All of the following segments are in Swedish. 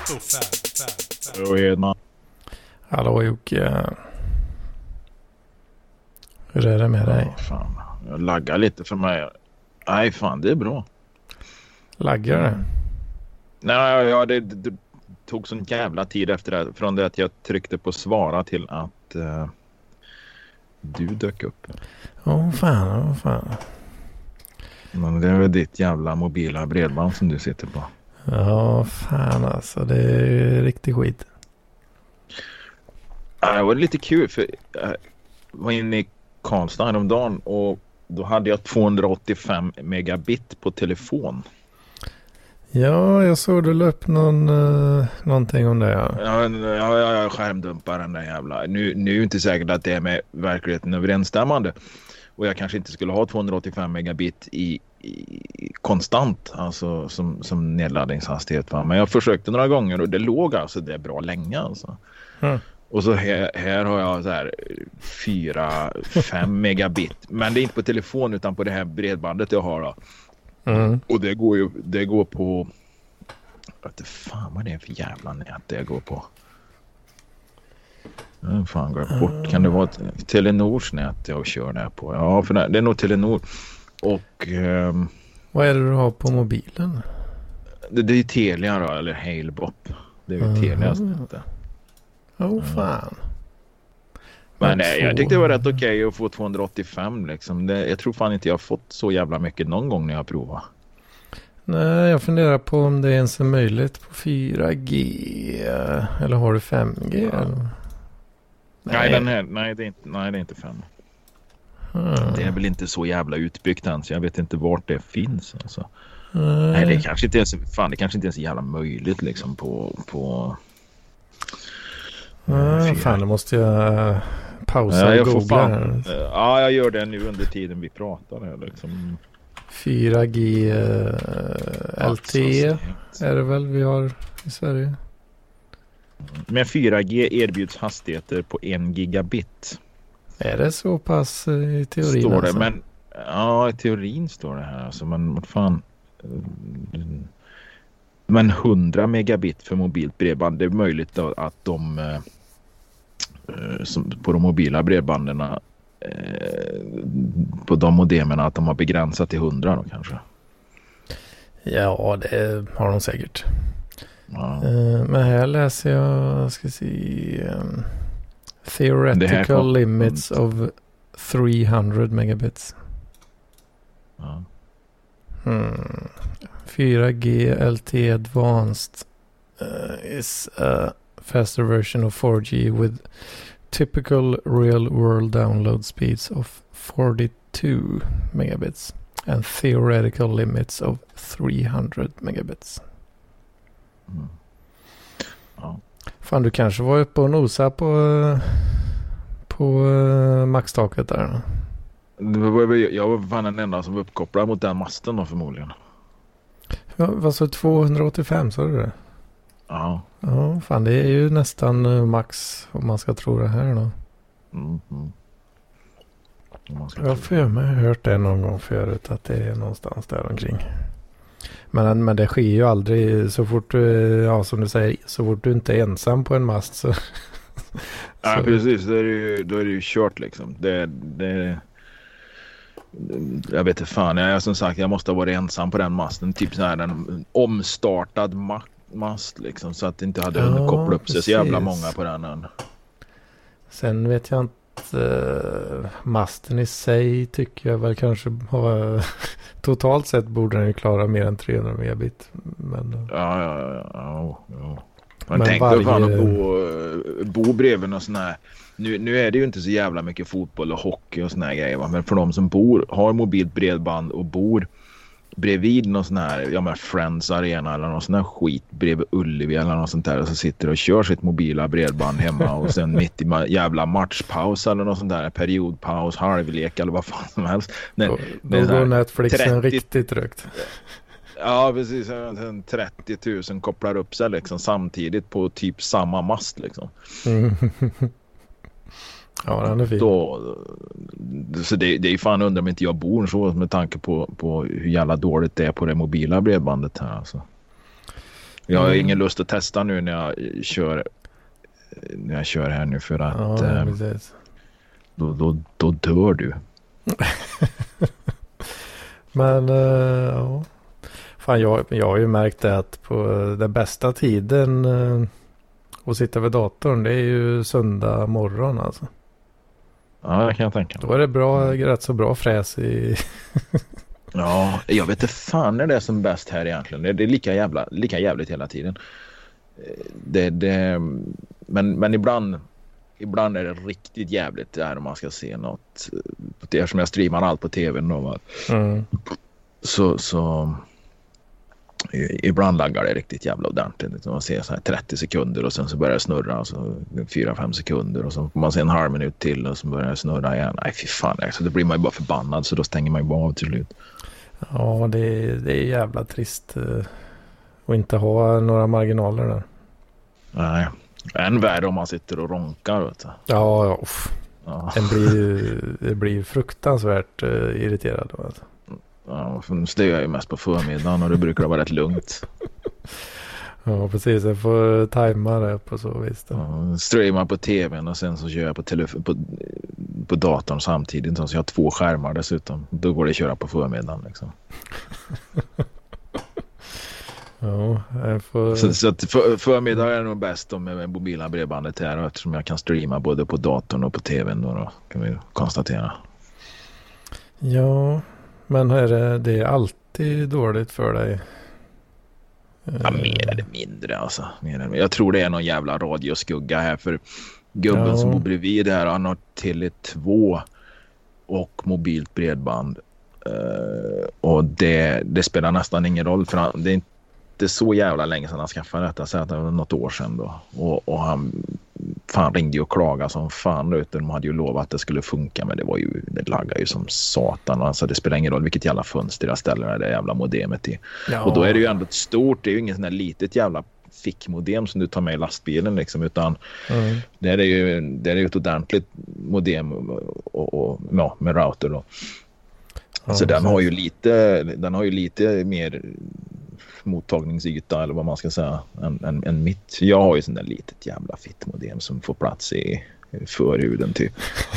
Hallå Edman. Hallå Jocke. Hur är det med dig? Fan. Jag laggar lite för mig. Nej fan, det är bra. Laggar det? Nej, ja, det tog sån jävla tid efter det. Från det att jag tryckte på svara till att du dök upp. Åh fan. Men det är väl ditt jävla mobila bredband som du sitter på. Ja, fan alltså. Det är riktigt skit. Det var lite kul för jag var inne i Karlstad häromdagen och då hade jag 285 megabit på telefon. Ja, jag såg du la upp någonting om det. Jag skärmdumpar den där jävla. Nu är det inte säkert att det är med verkligheten överensstämmande. Och jag kanske inte skulle ha 285 megabit i konstant, alltså som nedladdningshastighet. Va? Men jag försökte några gånger och det låg alltså det bra länge alltså. Och så här har jag så här 4-5 megabit. Men det är inte på telefon utan på det här bredbandet jag har då. Och det går på, jag vet inte fan vad det är för jävla nät det går på. Fan går bort. Kan det vara Telenors nät jag kör där på? Ja, för det är nog Telenor. Och vad är det du har på mobilen? Det är Telia då, eller Halebop. Det är ju Telias nät. Fan. Men nej, jag tyckte det var rätt okej att få 285 liksom. Jag tror fan inte jag har fått så jävla mycket någon gång när jag provar. Nej, jag funderar på om det ens är möjligt på 4G. Eller har du 5G? Ja. Eller? Nej, det är inte 5. Det är väl inte så jävla utbyggt än, så jag vet inte vart det finns alltså. Nej, det kanske inte ens är jävla möjligt liksom på fan, då måste jag pausa och googla. Ja, jag gör det nu under tiden vi pratar här liksom. 4G LTE är det väl vi har i Sverige. Med 4G erbjuds hastigheter på 1 gigabit. Är det så pass i teorin? Står det, alltså? men ja, i teorin står det här alltså, men vad fan. Men 100 megabit för mobilt bredband, det är möjligt då att de som på de mobila bredbanden på de modemerna att de har begränsat till 100 då kanske. Ja, det har de säkert. Ja. Men här läser jag, ska se, theoretical limits of 300 megabits. Ja. 4G LTE Advanced is a faster version of 4G with typical real-world download speeds of 42 megabits and theoretical limits of 300 megabits. Ja. Fan, du kanske var uppe och nosa på maxtaket där. Jag var fan den enda som var uppkopplad mot den masten då förmodligen. Vad så 285, sa du det? Ja. Ja, fan det är ju nästan max om man ska tro det här då. Jag har för mig hört det någon gång förut att det är någonstans där omkring. Men det sker ju aldrig så fort du, ja som du säger, så fort du inte är ensam på en mast så. Ja, precis. Då är det ju kört liksom. Jag vet inte fan. Jag som sagt, jag måste ha varit ensam på den masten. Typ så här en omstartad mast liksom. Så att det inte hade hunnit koppla upp sig så jävla många på den än. Sen vet jag inte. Masten i sig tycker jag väl kanske har totalt sett borde den ju klara mer än 300 megabit. Men, ja. Men tänk dig fan att bo bredvid och sån här. Nu är det ju inte så jävla mycket fotboll och hockey och såna här grejer, va? Men för de som har mobilt bredband och bor bredvid någon sån här, Friends Arena eller någon sån här skit bredvid Ullevi eller något sånt där, och så sitter och kör sitt mobila bredband hemma och sen mitt i jävla matchpaus eller något sånt där, periodpaus, halvlek eller vad fan som helst. Då går Netflixen riktigt trögt. Ja, precis. 30 000 kopplar upp sig liksom samtidigt på typ samma mast liksom. Ja, den är fin. Så det är ju fan undrar om inte jag bor så med tanke på hur jävla dåligt det är på det mobila bredbandet här alltså. Jag har ingen lust att testa nu när jag kör här nu för att då dör du. Men ja. Fan, jag har ju märkt det att på den bästa tiden att sitta vid datorn, det är ju söndag morgon alltså. Ja, det kan jag tänka. Då är det rätt så bra fräs i... Ja, jag vet inte fan när det är som bäst här egentligen. Det är lika jävligt hela tiden. Men ibland är det riktigt jävligt där om man ska se något. Eftersom jag streamar allt på tvn då. Så ibland laggar det riktigt jävla ordentligt. Man ser så här 30 sekunder och sen så börjar det snurra och så 4-5 sekunder och så får man se en halv minut till och så börjar det snurra igen. Nej fy fan, alltså, då blir man ju bara förbannad så då stänger man ju bara av till slut. Ja, det är jävla trist att inte ha några marginaler där. Nej, än värre om man sitter och ronkar. Vet du. Ja. Det blir fruktansvärt irriterad. Alltså. Ja, det är jag ju mest på förmiddagen och det brukar vara rätt lugnt. Ja, precis. Jag får tajma det på så vis. Ja, streamar på tvn och sen så kör jag på datorn samtidigt. Så jag har 2 skärmar dessutom. Då går det att köra på förmiddagen liksom. Ja, Så att förmiddagen är nog bäst med mobila bredbandet här eftersom jag kan streama både på datorn och på tvn då kan vi konstatera. Ja, men det är alltid dåligt för dig? Ja, mer eller mindre alltså. Jag tror det är någon jävla radioskugga här för gubben som bor bredvid här, han har Tele2 och mobilt bredband. Och det spelar nästan ingen roll för det är inte så jävla länge sedan han skaffade detta, så att det var något år sedan då. Och han fan ringde och klagade som fan ut. De hade ju lovat att det skulle funka, men det laggade ju som satan. Alltså det spelar ingen roll vilket jävla fönster jag ställer det jävla modemet i. Ja. Och då är det ju ändå ett stort, det är ju inget sån där litet jävla fickmodem som du tar med i lastbilen liksom, utan det är ju ett ordentligt modem och med router då. Ja, så den har ju lite mer mottagningsyta eller vad man ska säga än mitt. Jag har ju sån där litet jävla fittmodem som får plats i förhuden typ.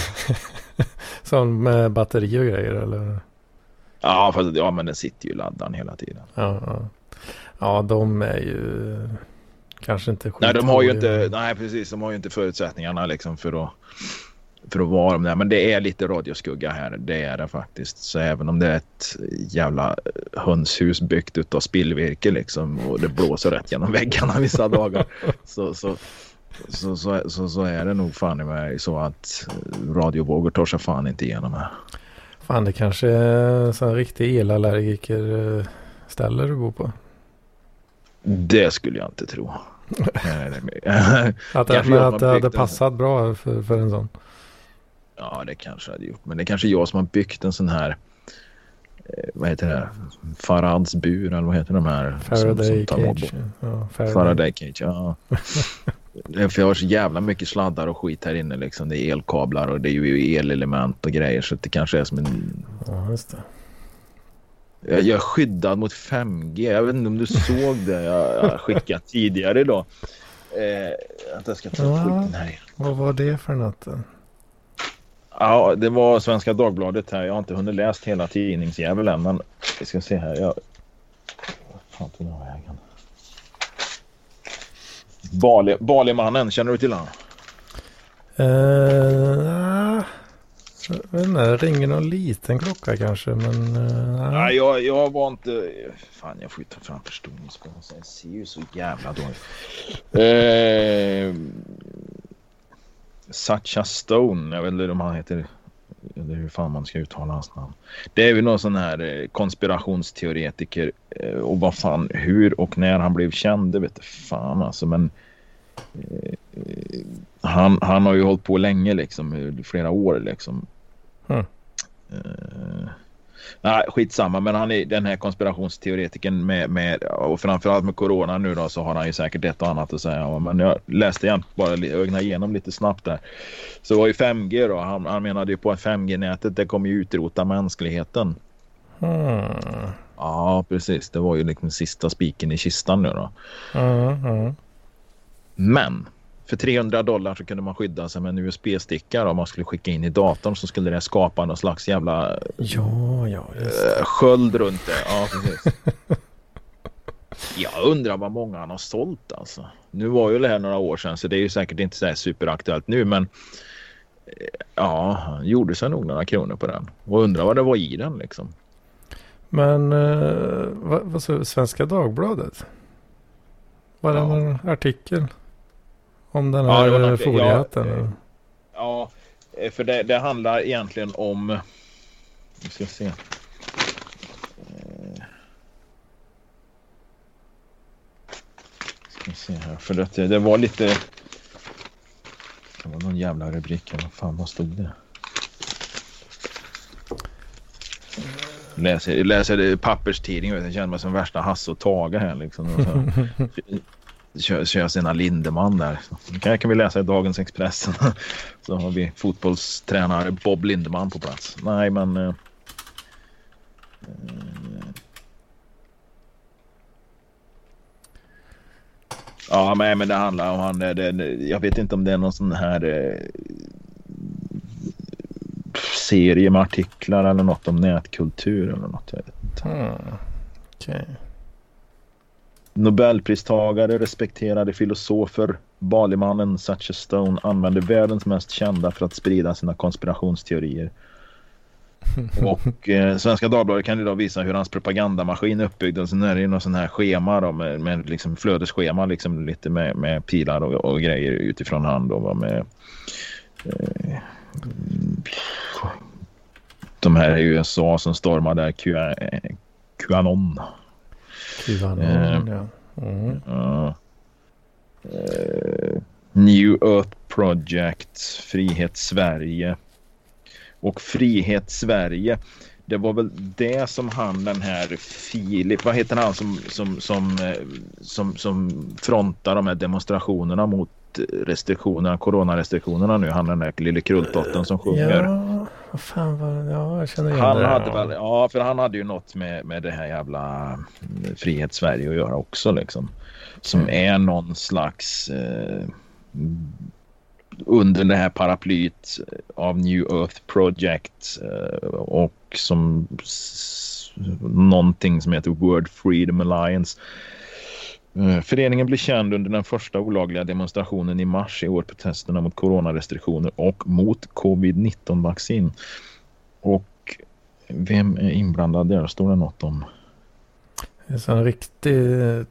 Som med batteri och grejer eller? Ja, men den sitter ju laddaren hela tiden. Ja, de är ju kanske inte Nej, de har ju inte förutsättningarna liksom för att vara med. Men det är lite radioskugga här. Det är det faktiskt. Så även om det är ett jävla hönshus byggt utav spillvirke liksom, och det blåser rätt genom väggarna vissa dagar så är det nog fan i mig så att radiovågor tar sig fan inte igenom här. Fan, det kanske är så en riktig elallergiker ställer du bor på. Det skulle jag inte tro. att det hade passat bra för en sån. Ja, det kanske hade gjort. Men det är kanske jag som har byggt en sån här vad heter det? Farads bur eller vad heter de här? Faraday cage. Faraday cage, ja. För jag har så jävla mycket sladdar och skit här inne liksom. Det är elkablar och det är ju elelement och grejer så det kanske är som en... Ja, just det. Jag är skyddad mot 5G. Jag vet inte om du såg det. Jag skickade tidigare idag. Att jag ska ta skiten här. Vad var det för något? Ja, det var Svenska Dagbladet här. Jag har inte hunnit läst hela tidningsjäveln, men vi ska se här. Fan tog den vägen. Balimannen, känner du till han? Det ringer någon liten klocka kanske, men... Nej, jag var inte... Fan, jag får ju ta fram förstoringsglas. Jag ser ju så jävla dåligt. Sacha Stone, jag vet inte om han heter... Eller hur fan man ska uttala hans namn. Det är ju någon sån här konspirationsteoretiker. Och vad fan, hur och när han blev känd, det vet jag fan alltså, men... Han har ju hållit på länge liksom, flera år liksom. Nej, skitsamma, men han är den här konspirationsteoretiken med och framförallt med corona nu då, så har han ju säkert ett och annat att säga. Men jag läste igen, bara ögna igenom lite snabbt där. Så var ju 5G då, han menade ju på att 5G-nätet det kommer ju utrota mänskligheten. Ja, precis. Det var ju liksom sista spiken i kistan nu då. Men för $300 så kunde man skydda sig med en USB-sticka om man skulle skicka in i datorn, så skulle det skapa någon slags jävla sköld runt det. Ja, precis. Jag undrar vad många han har sålt alltså. Nu var ju det här några år sedan, så det är ju säkert inte så här superaktuellt nu, men ja, han gjorde sig nog några kronor på den. Och undrar vad det var i den liksom. Men vad så Svenska Dagbladet? Var det en artikel om den här foliehatten? Ja, för det handlar egentligen om, vi ska se. Ska se här, för det var lite, det var någon jävla rubrik, vad fan, vad stod det? Läser papperstidning, jag känner mig som värsta Hasse och Tage här liksom. Kör sina Lindemann där. Så kan vi läsa i Dagens Expressen. Så har vi fotbollstränare Bob Lindemann på plats. Nej, men ja, men det handlar om han, jag vet inte om det är någon sån här serie med artiklar eller något om nätkultur eller något, jag vet inte. Okej. Nobelpristagare, respekterade filosofer, Balimannen Sacher Stone använde världens mest kända för att sprida sina konspirationsteorier. Och Svenska Dagbladet kan idag visa hur hans propagandamaskin är uppbyggd, och sen är det ju någon sån här schema då, med liksom flödesschema liksom, lite med pilar och grejer utifrån hand då, med de här i USA som stormar där QAnon. Ja. New Earth Project, Frihet Sverige. Och Frihet Sverige, det var väl det som han, den här Filip, vad heter han som frontar de här demonstrationerna mot restriktionerna, coronarestriktionerna nu, han den där lille krulltotten som sjunger. Ja, vad fan var det? Ja, jag känner igen han det. Hade väl, ja, för han hade ju något med det här jävla Frihet Sverige att göra också liksom. Som är någon slags under det här paraplyt av New Earth Project och som någonting som heter World Freedom Alliance. Föreningen blev känd under den första olagliga demonstrationen i mars i år, protesterna mot coronarestriktioner och mot covid-19-vaccin. Och vem är inblandad där? Står det något om? Det är så en riktig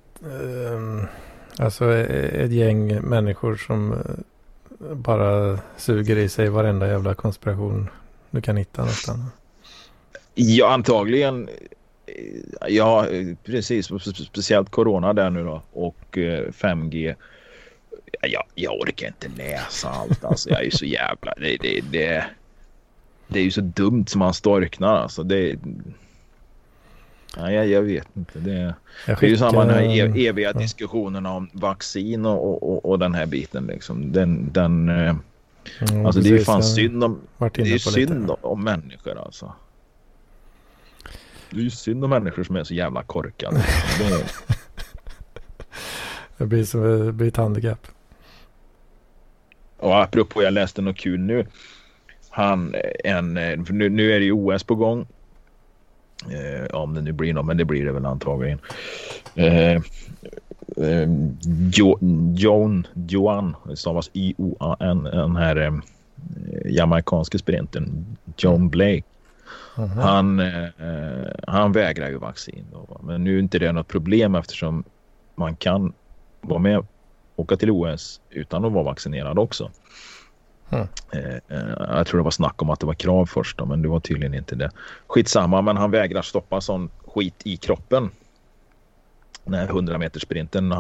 alltså ett gäng människor som bara suger i sig varenda jävla konspiration du kan hitta nästan. Ja, antagligen. Ja, precis. Speciellt corona där nu då. Och 5G. Jag orkar inte läsa allt. Alltså, jag är ju så jävla... Det är ju så dumt som man storknar. Alltså, nej, jag vet inte. Det är ju samma den här eviga diskussionerna om vaccin och den här biten. Liksom. Alltså, det är ju fan synd om människor alltså. Det är ju synd om människor som är så jävla korkade. Det blir ett handikapp. Och apropå, jag läste något kul nu. Nu är det ju OS på gång. Om det nu blir något, men det blir det väl antagligen. Joan, det stavas Y-O-A-N, den här jamaikanske sprinten John Blake. Han vägrar ju vaccin då, men nu är inte det något problem eftersom man kan vara med, åka till OS utan att vara vaccinerad också. Jag tror det var snack om att det var krav först då, men det var tydligen inte det. Skitsamma, men han vägrar stoppa sån skit i kroppen. Den här 100 meters sprinten,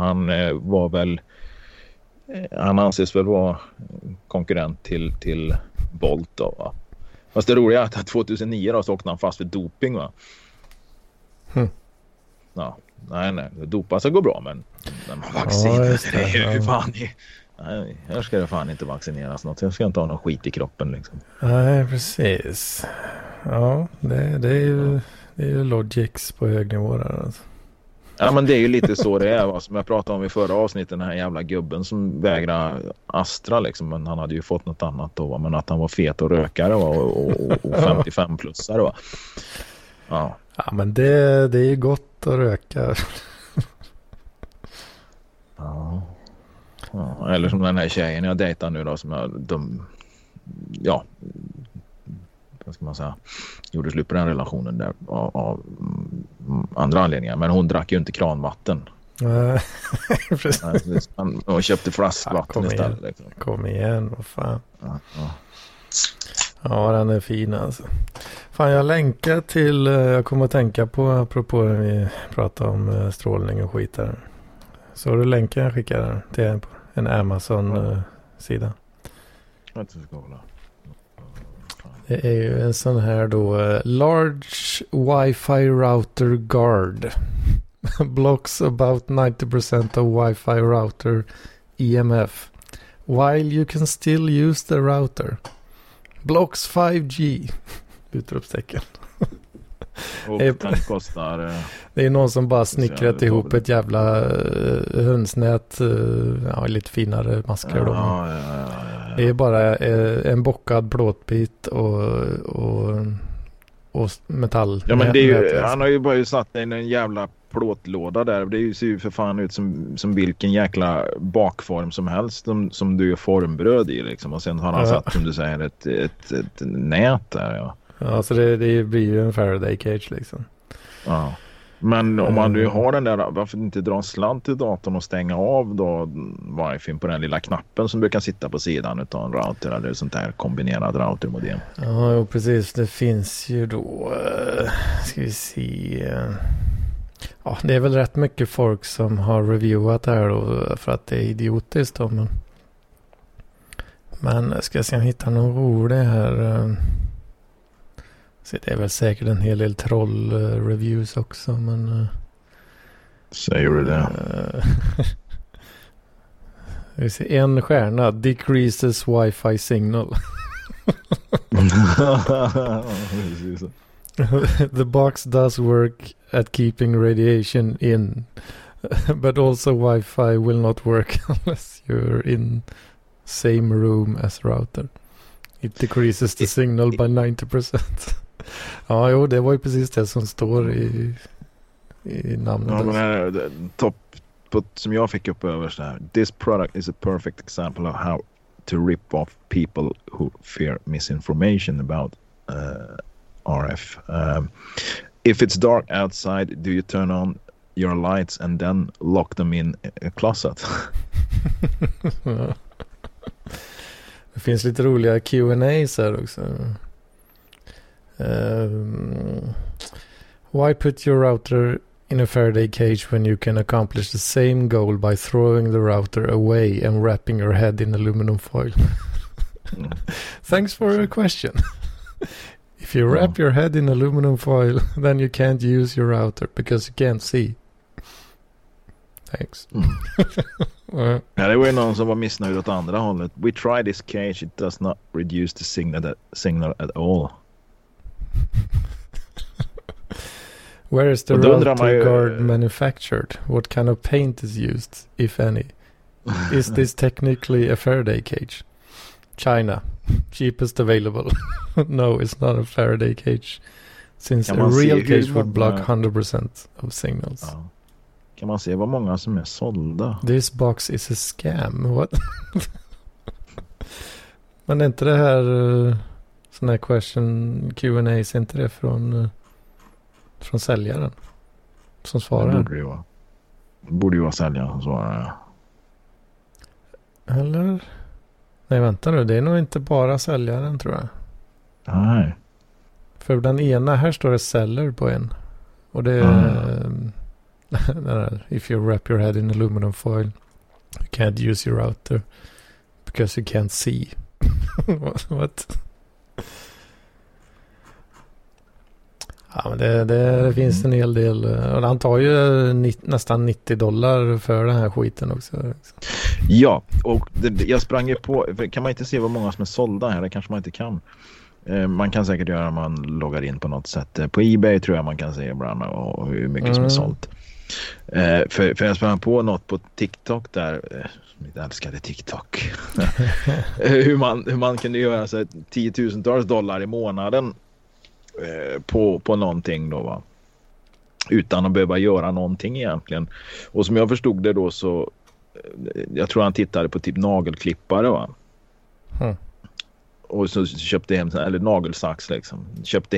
han anses väl vara konkurrent till Bolt då, va? Fast det roliga är att 2009 då så åkte han fast för doping, va? Ja, nej, dopa så går bra, men vaccin, det är ju fan nej, här ska det fan inte vaccineras något. Jag ska inte ha någon skit i kroppen liksom. Nej, precis. Ja, det är Det är ju Logix på hög nivå där alltså. Ja, men det är ju lite så det är, va? Som jag pratade om i förra avsnittet, den här jävla gubben som vägrar Astra liksom, men han hade ju fått något annat då, va? Men att han var fet och rökare, va? Och 55-plussare, va? Ja. Ja, men det är ju gott att röka. Ja. Ja. Eller som den här tjejen jag dejtar nu då, som vad ska man säga, gjorde slut på den relationen där av andra anledningar, men hon drack ju inte kranvatten. Precis. Och köpte flaskvatten istället liksom. Kom igen, vad fan. Ja. Ja, den är fin alltså. Fan, jag länkar till, jag kommer att tänka på, apropå när vi pratade om strålning och skit där. Så du länken jag skickar till en Amazon-sida. Det är ju en sån här då, Large Wi-Fi Router Guard. Blocks about 90% of Wi-Fi router EMF. While you can still use the router. Blocks 5G. Utropstecken. Och den kostar... Det är någon som bara snickrat ihop ett jävla hönsnät. Lite finare masker då. Ja. Det är bara en bockad plåtbit och metall. Ja, men det är ju, han har ju bara satt in en jävla plåtlåda där. Det ser ju för fan ut som vilken jäkla bakform som helst som du gör formbröd i liksom. Och sen har han satt, som du säger, ett nät där, ja. Ja, så det blir ju en Faraday cage liksom. Ja. Men om man nu har den där, varför inte dra en slant till datorn och stänga av då wifi på den lilla knappen som brukar sitta på sidan utav en router eller sånt där kombinerad routermodem. Ja, precis. Det finns ju då, ska vi se. Ja, det är väl rätt mycket folk som har reviewat det här då för att det är idiotiskt då. Men jag ska se om jag hittar någon rolig här. Så det är väl säkert en hel del troll-reviews också, men... Säger du det? Vi ser en stjärna. Decreases Wi-Fi signal. The box does work at keeping radiation in. But also Wi-Fi will not work unless you're in same room as router. It decreases the signal by 90%. Ja, jo, det var ju precis det som står i namnet. Ja, men här, topp som jag fick upp över så här. This product is a perfect example of how to rip off people who fear misinformation about RF. If it's dark outside, do you turn on your lights and then lock them in a closet? Ja. Det finns lite roliga Q&As här också. Why put your router in a Faraday cage when you can accomplish the same goal by throwing the router away and wrapping your head in aluminum foil? Thanks for your question. If you wrap your head in aluminum foil, then you can't use your router because you can't see. Thanks. Ja, det var ju någon som var missnöjd åt andra hållet. We try this cage, it does not reduce the signal at all. Where is the router guard manufactured? What kind of paint is used, if any? Is this technically a Faraday cage? China. Cheapest available. No, it's not a Faraday cage. Since a real cage would block 100% of signals. Ja. Kan man se vad många som är sålda? This box is a scam. What? Men är inte det här sån här question Q&A, är inte det från säljaren som svarar? Det borde ju vara säljaren som svarar. Eller? Nej, vänta nu. Det är nog inte bara säljaren, tror jag. Nej. För den ena, här står det seller på en. Och det är... If you wrap your head in aluminum foil, you can't use your router because you can't see. What? Ja, men det finns en hel del. Och han tar ju nästan $90 för den här skiten också. Ja, och jag sprang ju på, kan man inte se vad många som är sålda här? Det kanske man inte kan. Man kan säkert göra om man loggar in på något sätt. På eBay tror jag man kan se ibland och hur mycket som är sålt. För jag sprang på något på TikTok där, mitt älskade TikTok. hur man kunde göra så 10 000-tals dollar i månaden på någonting då, va? Utan att behöva göra någonting egentligen. Och som jag förstod det då så jag tror han tittade på typ nagelklippare, va? Och så köpte hem, eller nagelsax liksom. Köpte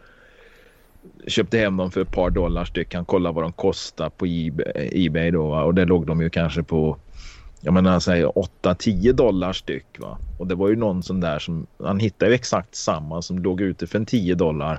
hem dem för ett par dollar styck. Han kollade vad de kostar på eBay då, va? Och det låg de ju kanske på, jag menar säger 8-10 dollar styck, va? Och det var ju någon sån där som han hittade ju exakt samma som låg ute för 10 dollar.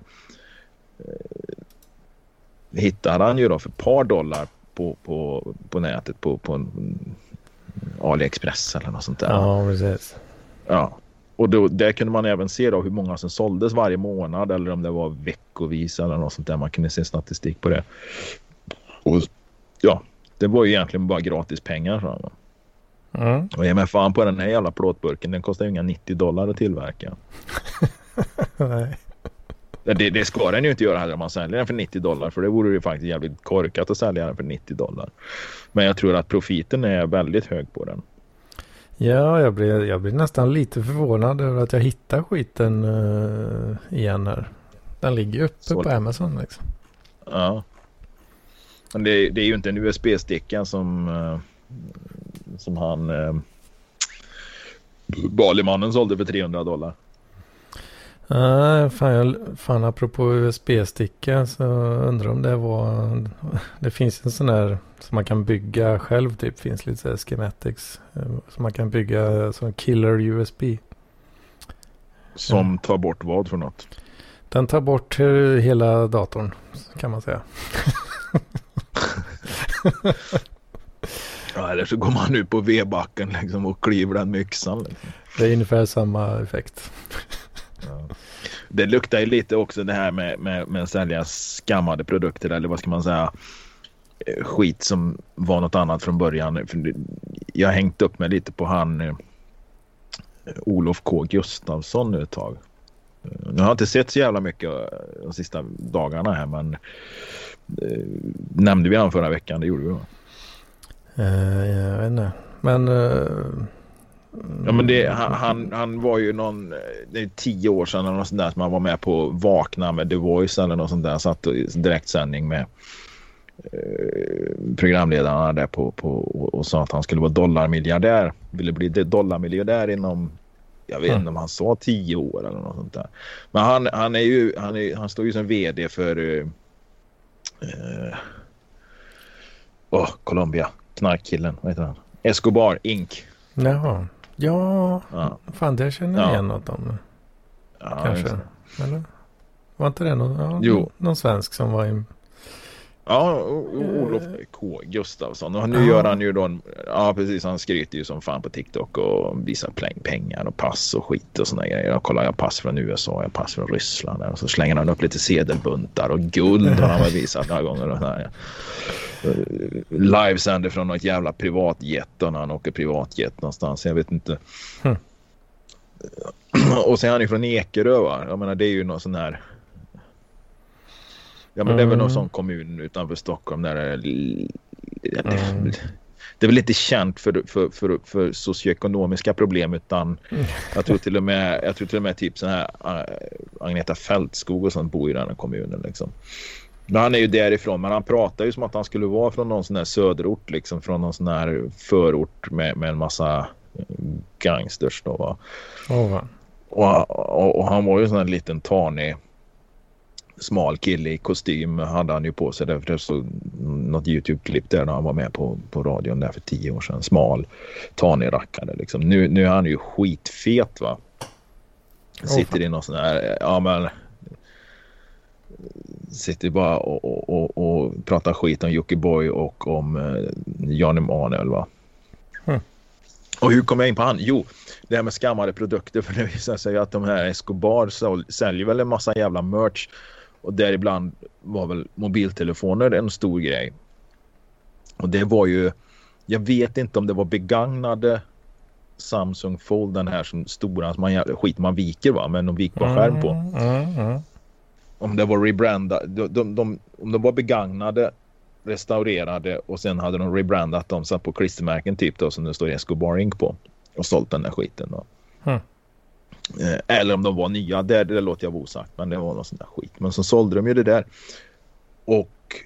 Hittade han ju då för ett par dollar på nätet på en AliExpress eller något sånt där. Ja, precis. Ja. Och då, där kunde man även se då hur många som såldes varje månad eller om det var veckovis eller något sånt där. Man kunde se statistik på det. Och ja, det var ju egentligen bara gratis pengar. Så. Och jag med fan på den här jävla plåtburken, den kostar ju inga 90 dollar att tillverka. Nej. Det ska den ju inte göra heller om man säljer den för 90 dollar, för det vore ju faktiskt jävligt korkat att sälja den för 90 dollar. Men jag tror att profiten är väldigt hög på den. Ja, jag blir nästan lite förvånad över att jag hittar skiten igen här. Den ligger uppe så på Amazon liksom. Ja. Men det är ju inte en USB-sticka som han Balimannen sålde för 300 dollar. Fan apropå USB-sticka så undrar om det finns en sån där som man kan bygga själv, typ finns lite så här schematics som man kan bygga som killer USB. Som tar bort vad för något? Den tar bort hela datorn kan man säga. Ja, eller så går man ut på vedbacken liksom och kliver den med yxan. Liksom. Det är ungefär samma effekt. Ja. Det luktar ju lite också det här med att sälja skammade produkter, eller vad ska man säga, skit som var något annat från början. Jag har hängt upp mig lite på han Olof K. Gustafsson nu ett tag. Jag har inte sett så jävla mycket de sista dagarna här, men nämnde vi han förra veckan, det gjorde vi då. Jag vet inte. Men ja, men han var ju det är 10 år sedan eller något sånt där som man var med på Vakna med The Voice eller något sånt där, satt i direktsändning med programledarna där på och sa att han skulle vara dollarmiljardär, ville bli dollarmiljardär inom, jag vet inte om han sa 10 år eller något sånt där. Men han står ju som vd för Colombia, knarkkillen, vad heter han? Escobar Inc. Jaha. Ja, fan det känner jag igen något om. Ja, kanske. Eller? Var inte det någon svensk som var i... Ja, Olof K. Gustafsson. Och nu gör han ju då precis, han skryter ju som fan på TikTok och visar pengar och pass och skit och såna grejer. Jag kollar, jag pass från USA, jag pass från Ryssland, och så slänger han upp lite sedelbuntar och guld har han visat några gånger och sådär. Livesänder från något jävla privatjet och när han åker privatjet någonstans, jag vet inte. Och sen är han ju från Ekerö, va? Jag menar, det är ju någon sån här, ja, men det är väl någon sån kommun utanför Stockholm där det är väl inte känt för socioekonomiska problem, utan jag tror till och med typ sån här Agneta Fältskog och sånt bor i den här kommunen liksom. Men han är ju därifrån, men han pratar ju som att han skulle vara från någon sån här söderort liksom, från någon sån här förort med en massa gangsters då, va? Och han var ju sån här liten tanig smal kille i kostym, hade han ju på sig, därför så något YouTube-klipp där när han var med på radion där för 10 år sedan, smal tanig rackare liksom. Nu är han ju skitfet, va? Sitter i någon sån här, sitter bara och pratar skit om Jockiboi och om Jan Emanuel, va? Och hur kom jag in på han? Jo, det här med skammade produkter, för det visar sig att de här Escobar säljer väl en massa jävla merch, och däribland var väl mobiltelefoner en stor grej. Och det var ju, jag vet inte om det var begagnade Samsung Fold, den här som stora som man viker va, med en vikbar skärm på. Om det var rebrandad, om de var begagnade, restaurerade och sen hade de rebrandat dem, satt på klistermärken typ då, som det står Escobar Inc på, och sålt den där skiten då. Eller om de var nya, det låter jag vara osagt, men det var någon sån där skit. Men så sålde de ju det där, och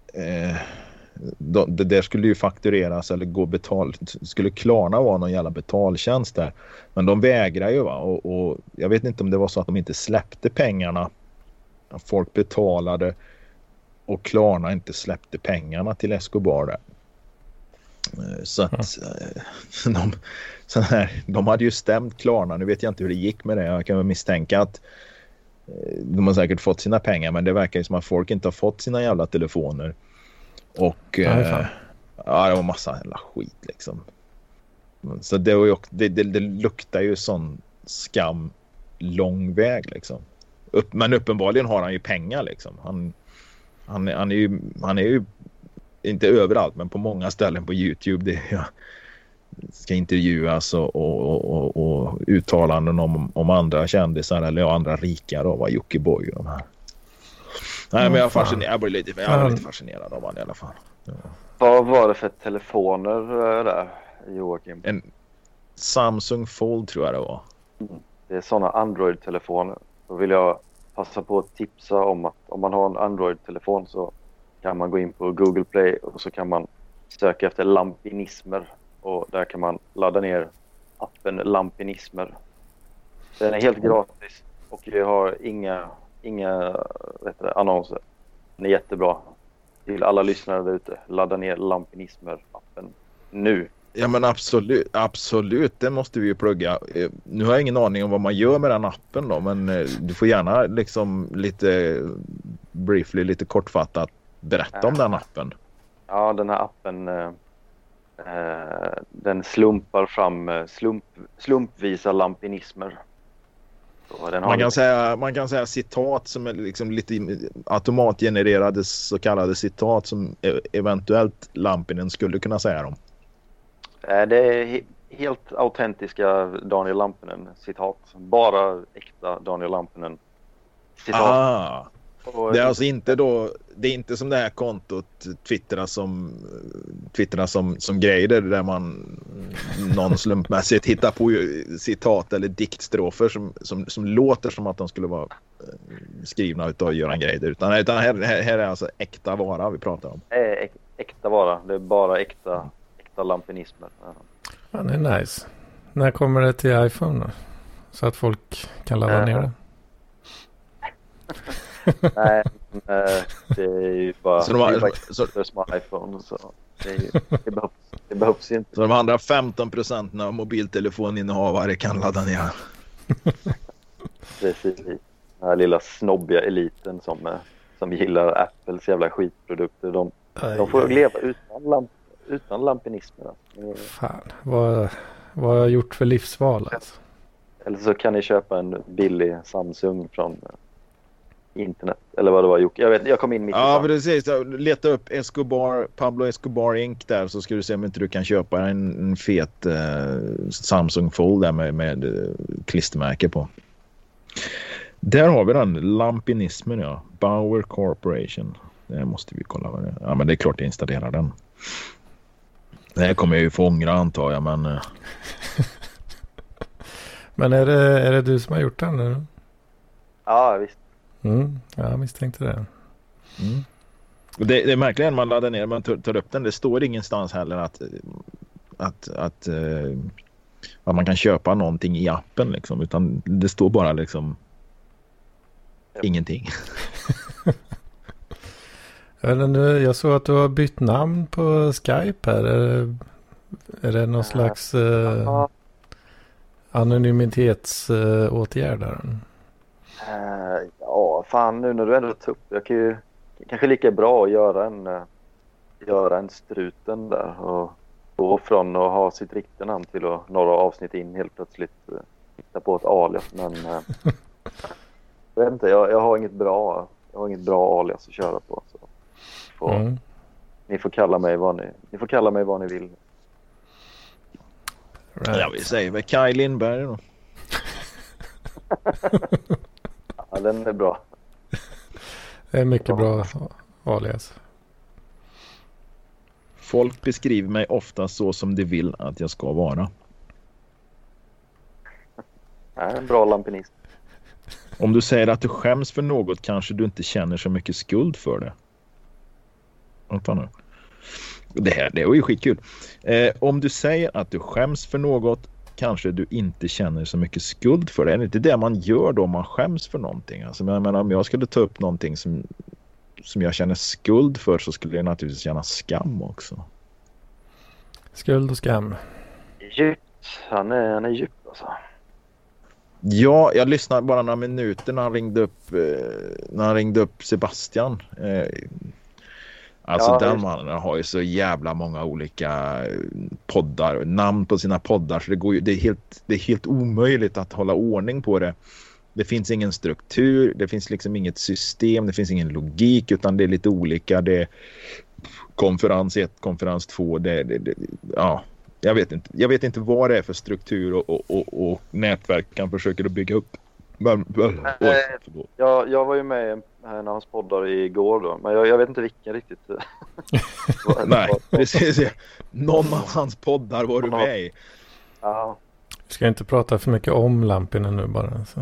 det där skulle ju faktureras eller gå betalt, skulle Klarna vara någon jävla betaltjänst där, men de vägrar ju va, och jag vet inte om det var så att de inte släppte pengarna, folk betalade och Klarna inte släppte pengarna till Escobar där. Så att de hade ju stämt Klarna. Nu vet jag inte hur det gick med det. Jag kan väl misstänka att de har säkert fått sina pengar, men det verkar ju som att folk inte har fått sina jävla telefoner. Och det var massa jävla skit liksom. Så det var ju, det luktar ju sån skam lång väg liksom. Men uppenbarligen har han ju pengar liksom. Han är ju inte överallt, men på många ställen på YouTube det ska intervjuas och uttalanden om andra kändisar eller andra rika då, var Jockiboi och de här. Nej, men jag blir lite fascinerad av han i alla fall. Ja. Vad var det för telefoner där, Joakim? En Samsung Fold tror jag det var. Det är sådana Android-telefoner. Då vill jag passa på att tipsa om att om man har en Android-telefon så kan man gå in på Google Play och så kan man söka efter lampinismer, och där kan man ladda ner appen Lampinismer. Den är helt gratis och vi har inga annonser. Den är jättebra. Till alla lyssnare där ute, ladda ner Lampinismer-appen nu. Ja men absolut, det måste vi ju plugga. Nu har jag ingen aning om vad man gör med den appen då, men du får gärna liksom lite briefly, lite kortfattat berätta om den appen. Ja, den här appen den slumpar fram slumpvisa lampinismer. Man kan säga citat som är liksom lite automatgenererade så kallade citat som eventuellt Lampinen skulle kunna säga dem. Det är helt autentiska Daniel Lampinen citat. Bara äkta Daniel Lampinen citat. Det är alltså inte då, det är inte som det här kontot twittra som grejer där man någon slumpmässigt hittar på citat eller diktstrofer som låter som att de skulle vara skrivna utav Göran Greider, utan här är alltså äkta vara vi pratar om. Äkta vara, det är bara äkta lampinismer. Ja, det är nice. När kommer det till iPhone då? Så att folk kan ladda ner det? Nej, det är ju bara som iPhone, så det behövs inte. Så de andra 15% av mobiltelefoninnehavare kan ladda ner. Precis. Den här lilla snobbiga eliten som gillar Apples jävla skitprodukter, de får leva utan lampinismer. Fan, vad har jag gjort för livsval alltså? Eller så kan ni köpa en billig Samsung från internet, eller vad det var Jocke. Jag kom in mitt i. Ja, precis. Leta upp Pablo Escobar Inc. där, så ska du se om inte du kan köpa en fet Samsung Fold där med klistermärke på. Där har vi den, lampinismen, ja. Bauer Corporation. Det måste vi kolla vad det är. Ja, men det är klart jag installerar den. Det här kommer jag ju få ångra, antar jag, men... Men är det du som har gjort den nu? Ja, visst. Jag misstänkte det. Det är märkligt när man laddar ner, man tar upp den. Det står ingenstans heller att man kan köpa någonting i appen liksom, utan det står bara liksom ingenting. Jag såg att du har bytt namn på Skype här. Är det någon slags anonymitetsåtgärd där? Ja, fan, nu när du ändå tar upp, jag kan ju kanske lika bra att göra en struten där och gå från att ha sitt riktiga namn till att några avsnitt in helt plötsligt hitta på ett alias, men jag vet inte, jag har inget bra alias att köra på, så ni får kalla mig vad ni vill. Right. Ja, vi säger väl Kaj Lindberg då. Ja, den är bra. Det är mycket bra alias. Folk beskriver mig ofta så som de vill att jag ska vara. Ja, en bra lampinist. Om du säger att du skäms för något kanske du inte känner så mycket skuld för det. Vänta nu. Det var ju skitkul. Om du säger att du skäms för något kanske du inte känner så mycket skuld för det. Är det inte det man gör då om man skäms för någonting? Alltså, jag menar, om jag skulle ta upp någonting som jag känner skuld för så skulle jag naturligtvis känna skam också. Skuld och skam. Djupt. Han är djup alltså. Ja, jag lyssnade bara några minuter när han ringde upp Sebastian. Alltså den mannen har ju så jävla många olika poddar, namn på sina poddar, så det är helt omöjligt att hålla ordning på det. Det finns ingen struktur, det finns liksom inget system, det finns ingen logik, utan det är lite olika. Det är konferens 1, konferens 2, ja, jag vet inte vad det är för struktur och nätverk han försöker att bygga upp. Jag var ju med när hans poddar igår då, men jag vet inte vilken riktigt. Nej, precis. Någon av hans poddar var du med i. Ja. Vi ska inte prata för mycket om Lampinen nu bara. Så.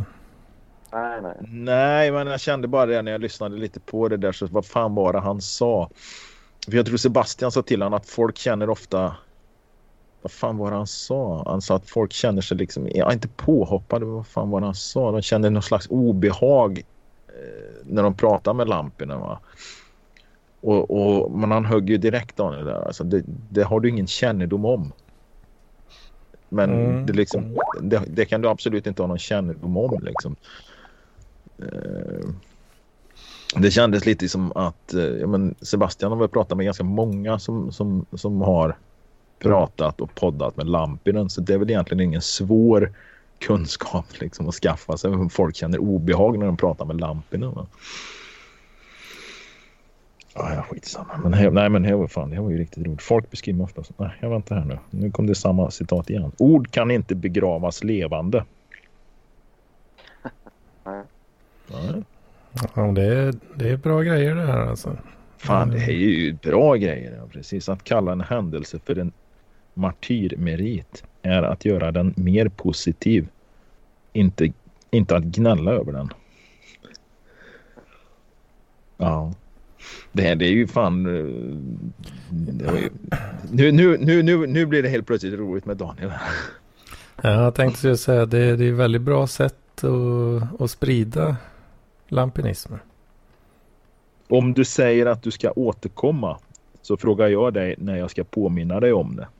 Nej, men jag kände bara det när jag lyssnade lite på det där, så vad fan var det han sa? För jag tror Sebastian sa till honom att folk känner ofta... Vad fan var det han sa? Han sa att folk känner sig liksom... inte påhoppade, vad fan var det han sa? De känner någon slags obehag när de pratar med Lampinen, va? Men han högg ju direkt av det där. Alltså det har du ingen kännedom om. Men det kan du absolut inte ha någon kännedom om liksom. Det kändes lite som att Sebastian har väl pratat med ganska många som har pratat och poddat med Lampinen, så det är väl egentligen ingen svår kunskap liksom att skaffa sig hur folk känner obehag när de pratar med Lampinen, va? Ja, skitsamma. Men det var ju riktigt roligt. Folk beskriver mig ofta så. Nej, jag väntar här nu. Nu kom det samma citat igen. Ord kan inte begravas levande. Nej. Ja, det är bra grejer det här alltså. Fan, det är ju bra grejer. Ja, precis. Att kalla en händelse för en martyrmerit är att göra den mer positiv. Inte att gnälla över den. Ja. Det är ju fan... Nu blir det helt plötsligt roligt med Daniel. Ja, jag tänkte säga det är ett väldigt bra sätt att sprida lampinismer. Om du säger att du ska återkomma så frågar jag dig när jag ska påminna dig om det.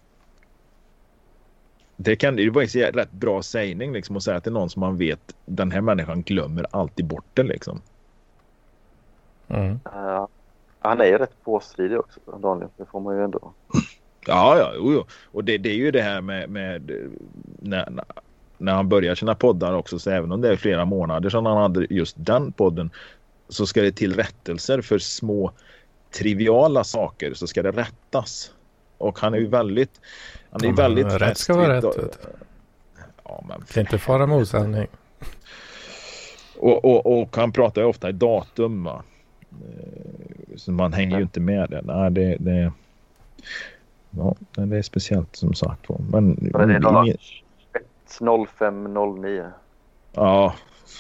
Det var en rätt bra sägning liksom, att säga till någon som man vet, den här människan glömmer alltid bort det liksom. Mm. Han är ju rätt påstridig också, Daniel. Det får man ju ändå. Ja. Och det är ju det här med när han börjar sina poddar också, så även om det är flera månader sedan han hade just den podden, så ska det till rättelser för små triviala saker, så ska det rättas. Och han är ju väldigt rätt ska vara rätt. Ja, men kan inte fara med osanning. Och han pratar ju ofta i datum, va? Så man hänger ju inte med det. Nej, det är speciellt som sagt. Men det är 0509. Ja.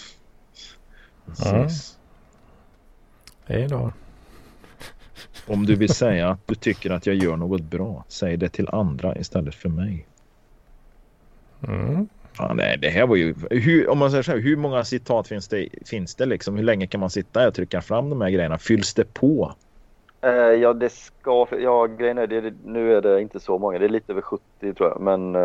Precis. Hej då. Om du vill säga att du tycker att jag gör något bra, säg det till andra istället för mig. Ja, nej, det här var ju... om man säger så här, hur många citat finns det liksom? Hur länge kan man sitta och trycka fram de här grejerna? Fylls det på? Grejen är nu är det inte så många. Det är lite över 70 tror jag. Men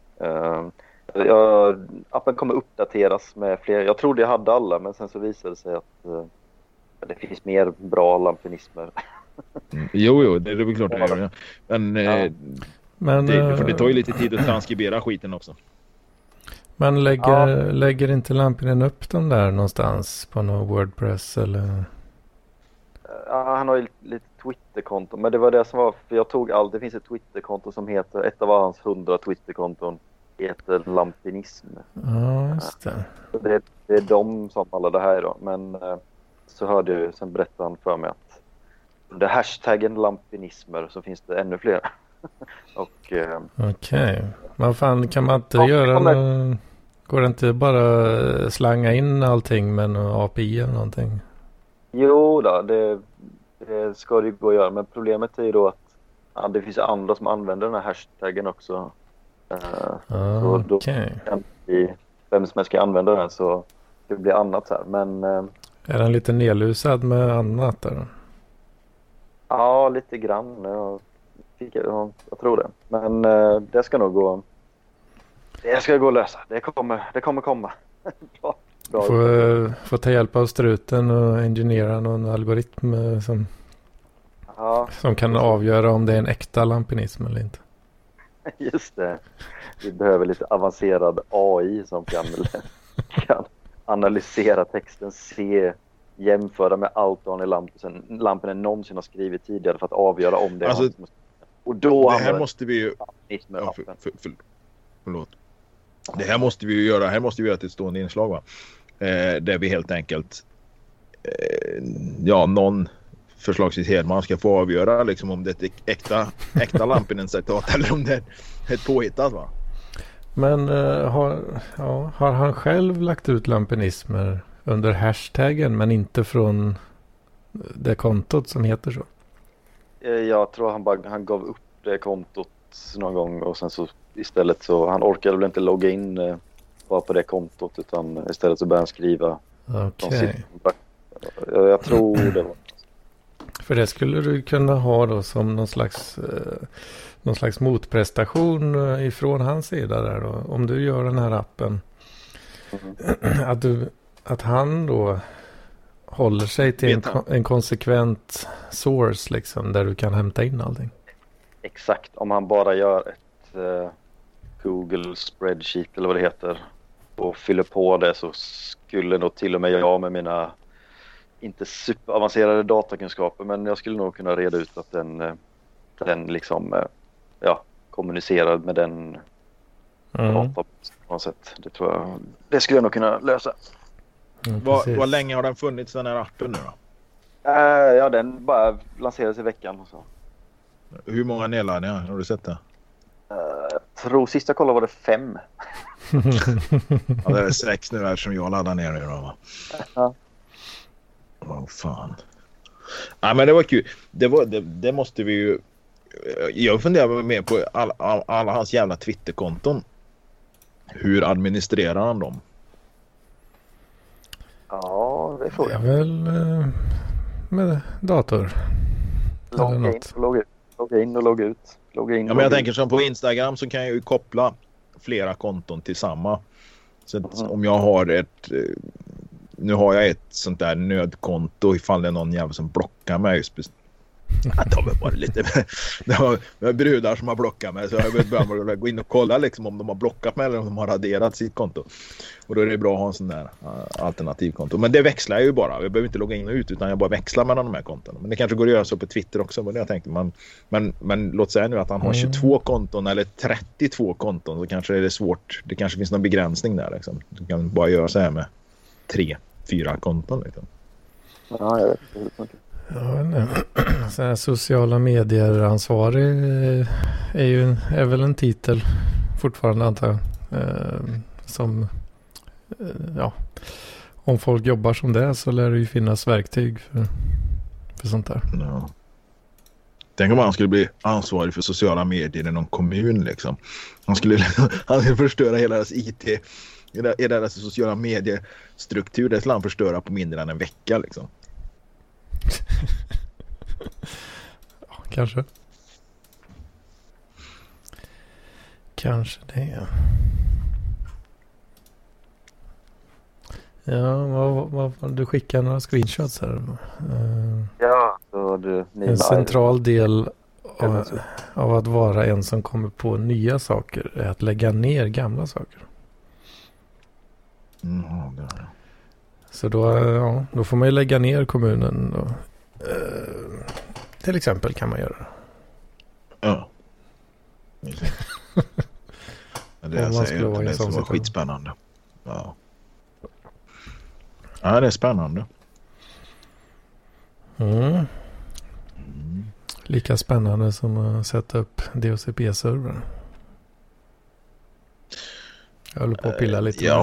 appen kommer uppdateras med fler. Jag trodde jag hade alla, men sen så visade det sig att det finns mer bra lampinismer. Jo, det är väl klart det gör. Men det tar ju lite tid att transkribera skiten också. Men lägger inte Lampinen upp dem där någonstans på någon WordPress eller? Ja, han har ju lite Twitterkonto, men det var det som var, för jag tog allt. Det finns ett Twitterkonto som heter, ett av hans 100 Twitterkonton heter lampinism. Ja, just det. Det är de som alla det här är då. Men så hörde jag ju, sen berättade han för mig att under hashtaggen lampinismer så finns det ännu fler. Och Okej. Men fan, kan man inte göra någon... Går det inte bara slanga in allting med en API eller någonting? Jo då, det ska det ju gå att göra. Men problemet är ju då att det finns andra som använder den här hashtaggen också. Så då kan vem som helst ska använda den, så det blir annat här. Men, är den lite nedlusad med annat där? ja, lite grann. Jag tror det. Men det ska nog gå. Det ska gå att lösa. Det kommer komma. Bra. Får ta hjälp av struten och engineera någon algoritm som kan avgöra om det är en äkta lampinism eller inte. Just det. Vi behöver lite avancerad AI som kan analysera texten, jämföra med allt Arne Lampinen någonsin har skrivit tidigare för att avgöra om det är alltså, och då det här måste vi ju... Förlåt. Det här måste vi ju göra. Här måste vi göra ett stående inslag, va? Där vi helt enkelt någon förslagsvis Hedman ska få avgöra liksom om det är ett äkta Lampinen-citat eller om det är ett påhittat, va? Men har han själv lagt ut lampinismer under hashtaggen men inte från det kontot som heter så? Jag tror han gav upp det kontot någon gång och sen så istället så han orkade väl inte logga in bara på det kontot, utan istället så började han skriva. Okej. Jag tror det var. För det skulle du kunna ha då som någon slags motprestation ifrån hans sida där då. Om du gör den här appen. Att han då håller sig till en konsekvent source liksom, där du kan hämta in allting. Exakt, om han bara gör ett Google spreadsheet eller vad det heter och fyller på det, så skulle nog till och med jag med mina inte superavancerade datakunskaper, men jag skulle nog kunna reda ut att den liksom kommunicerar med den datan på något sätt. Det tror jag, det skulle jag nog kunna lösa. Vad länge har den funnits, den här appen nu då? Den bara lanserades i veckan och så. Hur många nedladdningar har du sett det? Jag tror sist jag kollade var det 5. Ja, det är 6 nu eftersom jag laddar ner det då, va? Ja. Fan. Ja, men det var kul. Det måste vi ju... Jag funderar mer på alla hans jävla Twitterkonton. Hur administrerar han dem? Ja, det får jag. Väl med dator. Logga in och logga ut. Ja, men jag tänker som på Instagram så kan jag ju koppla flera konton till samma. Så att om jag har nu har jag ett sånt där nödkonto ifall det är någon jävel som blockar mig. Det har varit lite det var brudar som har blockat mig, så jag börjar gå in och kolla liksom om de har blockat mig eller om de har raderat sitt konto. Och då är det bra att ha en sån där alternativkonto. Men det växlar jag ju bara. Jag behöver inte logga in och ut, utan jag bara växlar mellan de här kontona. Men det kanske går att göra så på Twitter också, men jag tänkte men låt säga nu att han har 22 konton eller 32 konton, så kanske är det svårt. Det kanske finns någon begränsning där liksom. Du kan bara göra så här med 3-4 konton liksom. Ja, jag vet inte. Ja, så här sociala medier-ansvarig är väl en titel fortfarande, antar jag. Som om folk jobbar som det så lär det ju finnas verktyg för sånt där. Ja. Tänk om han skulle bli ansvarig för sociala medier i någon kommun liksom. Han skulle förstöra hela deras IT, hela deras sociala mediestruktur. Det skulle han förstöra på mindre än en vecka liksom. Ja, kanske det. Ja, vad du skickar några screenshots här. Ja, en central del av att vara en som kommer på nya saker är att lägga ner gamla saker. Så då får man ju lägga ner kommunen då. Till exempel kan man göra det. Ja. Det Om man skulle vara i en sån var situation. skitspännande. Ja. Ja, det är spännande. Mm. Lika spännande som att sätta upp DHCP-servrar. Jag håller på att pilla lite. Jag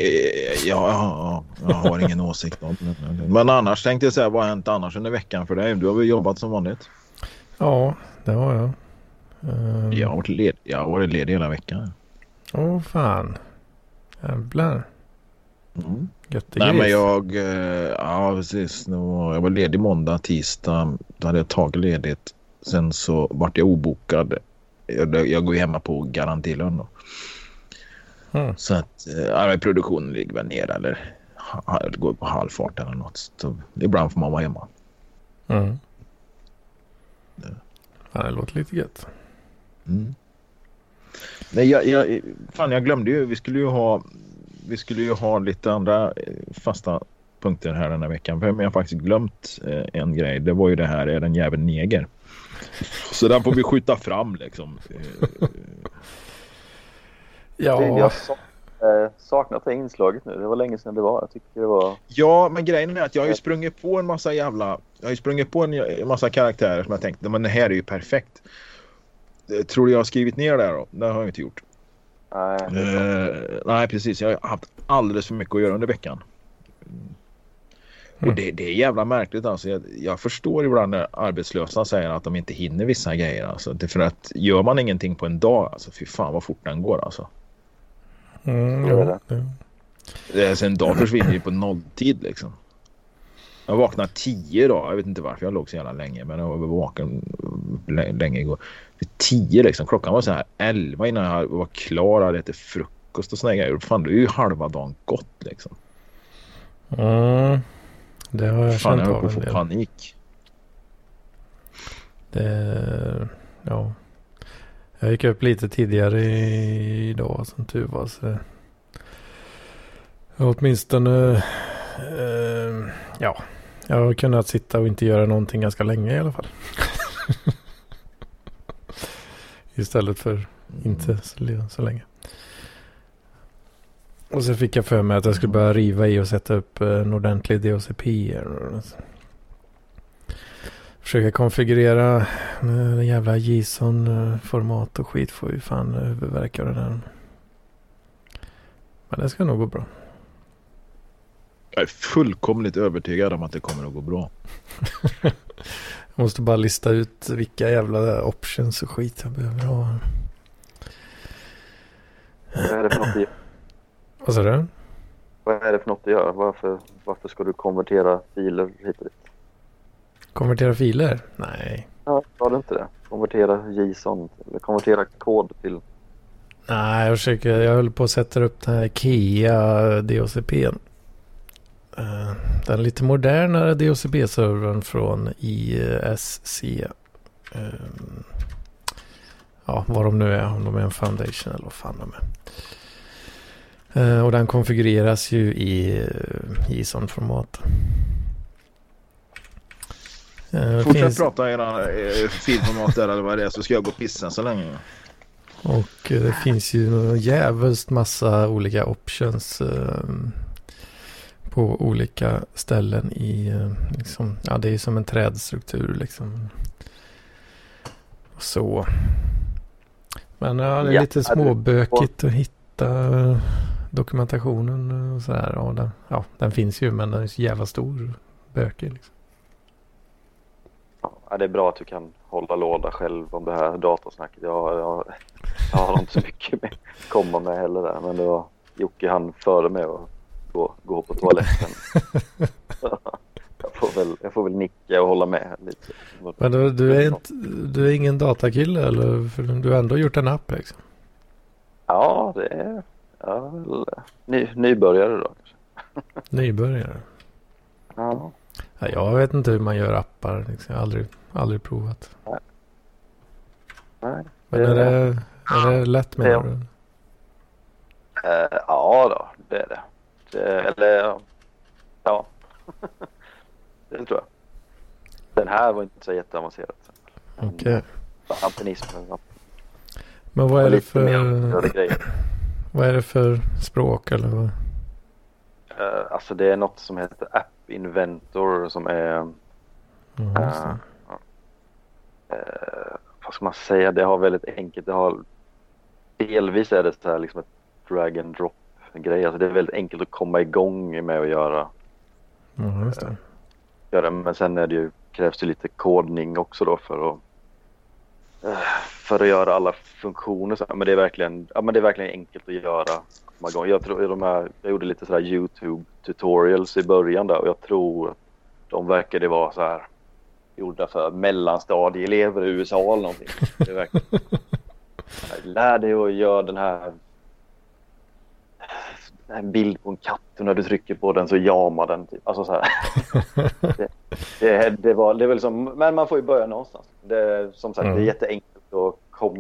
har ingen åsikt om det. Men annars tänkte jag säga, vad har hänt annars under veckan för dig? Du har väl jobbat som vanligt? Ja, det har jag. Jag har varit ledig hela veckan. Åh fan. Jävlar. Mm. Göttegris. Nej, men ja precis. Jag var ledig måndag, tisdag. Då hade jag tagit ledigt. Sen så vart jag obokad. Jag går ju hemma på garantilön då. Så att produktionen ligger väl ner eller går på halvfart eller något. Så ibland får man vara hemma. Mm. Ja, det låter lite gött. Mm. Nej, jag glömde ju. Vi skulle ju ha lite andra fasta punkter här den här veckan. Men jag har faktiskt glömt en grej. Det var ju det här, är den jäveln neger. Så där får vi skjuta fram liksom. Ja. Jag saknat det inslaget nu. Det var länge sedan det var. Jag tycker det var... Ja, men grejen är att jag har ju sprungit på en massa karaktärer som jag tänkte, men det här är ju perfekt. Tror du jag har skrivit ner det då? Det har jag inte gjort. Nej, precis. Jag har haft alldeles för mycket att göra under veckan. Och det är jävla märkligt alltså. Jag förstår ibland när arbetslösa säger att de inte hinner vissa grejer alltså. Det är för att gör man ingenting på en dag alltså, fy fan vad fort den går alltså. En dag försvinner ju på nolltid liksom. Jag vaknade 10 idag. Jag vet inte varför jag låg så jävla länge, men jag var vaken länge igår. 10 liksom. Klockan var så här 11 innan jag var klar och hade ätit frukost och såna grejer. Fan, det är ju halva dagen gått liksom. Det har jag känt av en del. Panik. Ja. Jag gick upp lite tidigare idag som tur var, så åtminstone jag har kunnat sitta och inte göra någonting ganska länge i alla fall. Istället för inte så länge. Och så fick jag för mig att jag skulle börja riva i och sätta upp en ordentlig DHCP. Försöka konfigurera den jävla JSON-format och skit, får ju fan huvudvärk det där. Men det ska nog gå bra. Jag är fullkomligt övertygad om att det kommer att gå bra. Jag måste bara lista ut vilka jävla options och skit jag behöver ha. Vad är det för något att göra? Vad sa du? Vad är det för något att göra? Varför ska du konvertera filer hit och dit? Konvertera filer? Nej. Ja, var det inte det? Konvertera JSON eller konvertera kod till... Nej, jag höll på att sätta upp den här IKEA DHCP:n. Den lite modernare DHCP-servern från ISC. Vad de nu är, om de är en foundation eller vad fan de är. Och den konfigureras ju i JSON-format. Fortsätt prata i era filformat där eller vad det är, så ska jag gå och pissa så länge. Och det finns ju en jävligt massa olika options på olika ställen i liksom, det är ju som en trädstruktur liksom. Så. Men det är lite småbökigt att hitta dokumentationen och sådär. Den finns ju, men den är så jävla stor böcker liksom. Ja, det är bra att du kan hålla låda själv om det här datorsnacket. Jag har inte så mycket med komma med heller där. Men det var Jocke, han före med att gå på toaletten. jag får väl nicka och hålla med lite. Men du är ingen datakille, eller? För du har ändå gjort en app liksom. Ja, det är nybörjare då kanske. Nybörjare? Ja. Jag vet inte hur man gör appar liksom. Jag har aldrig provat. Nej. Men är det lätt med det? Ja då, det är det. Ja. Det tror jag. Den här var inte så jätteavancerad. Okej. Alpinismen. Men vad är det för... Vad är det för språk eller vad? Alltså det är något som heter App Inventor som är vad ska man säga, det har väldigt enkelt, det har delvis är det så här liksom ett drag and drop grej, alltså det är väldigt enkelt att komma igång med att göra. Just det. Men sen är det ju, krävs det lite kodning också då för att göra alla funktioner så. Men det är verkligen enkelt att göra. Jag tror jag gjorde lite så här YouTube tutorials i början där, och jag tror att de verkade vara så här gjorda för mellanstadieelever i USA eller någonting. Det är verkligen. Jag lärde dig att göra den här en bild på en katt, och när du trycker på den så jamar den typ. Alltså så här. det är väl som, men man får ju börja någonstans. Det, som sagt, det är jätteenkelt att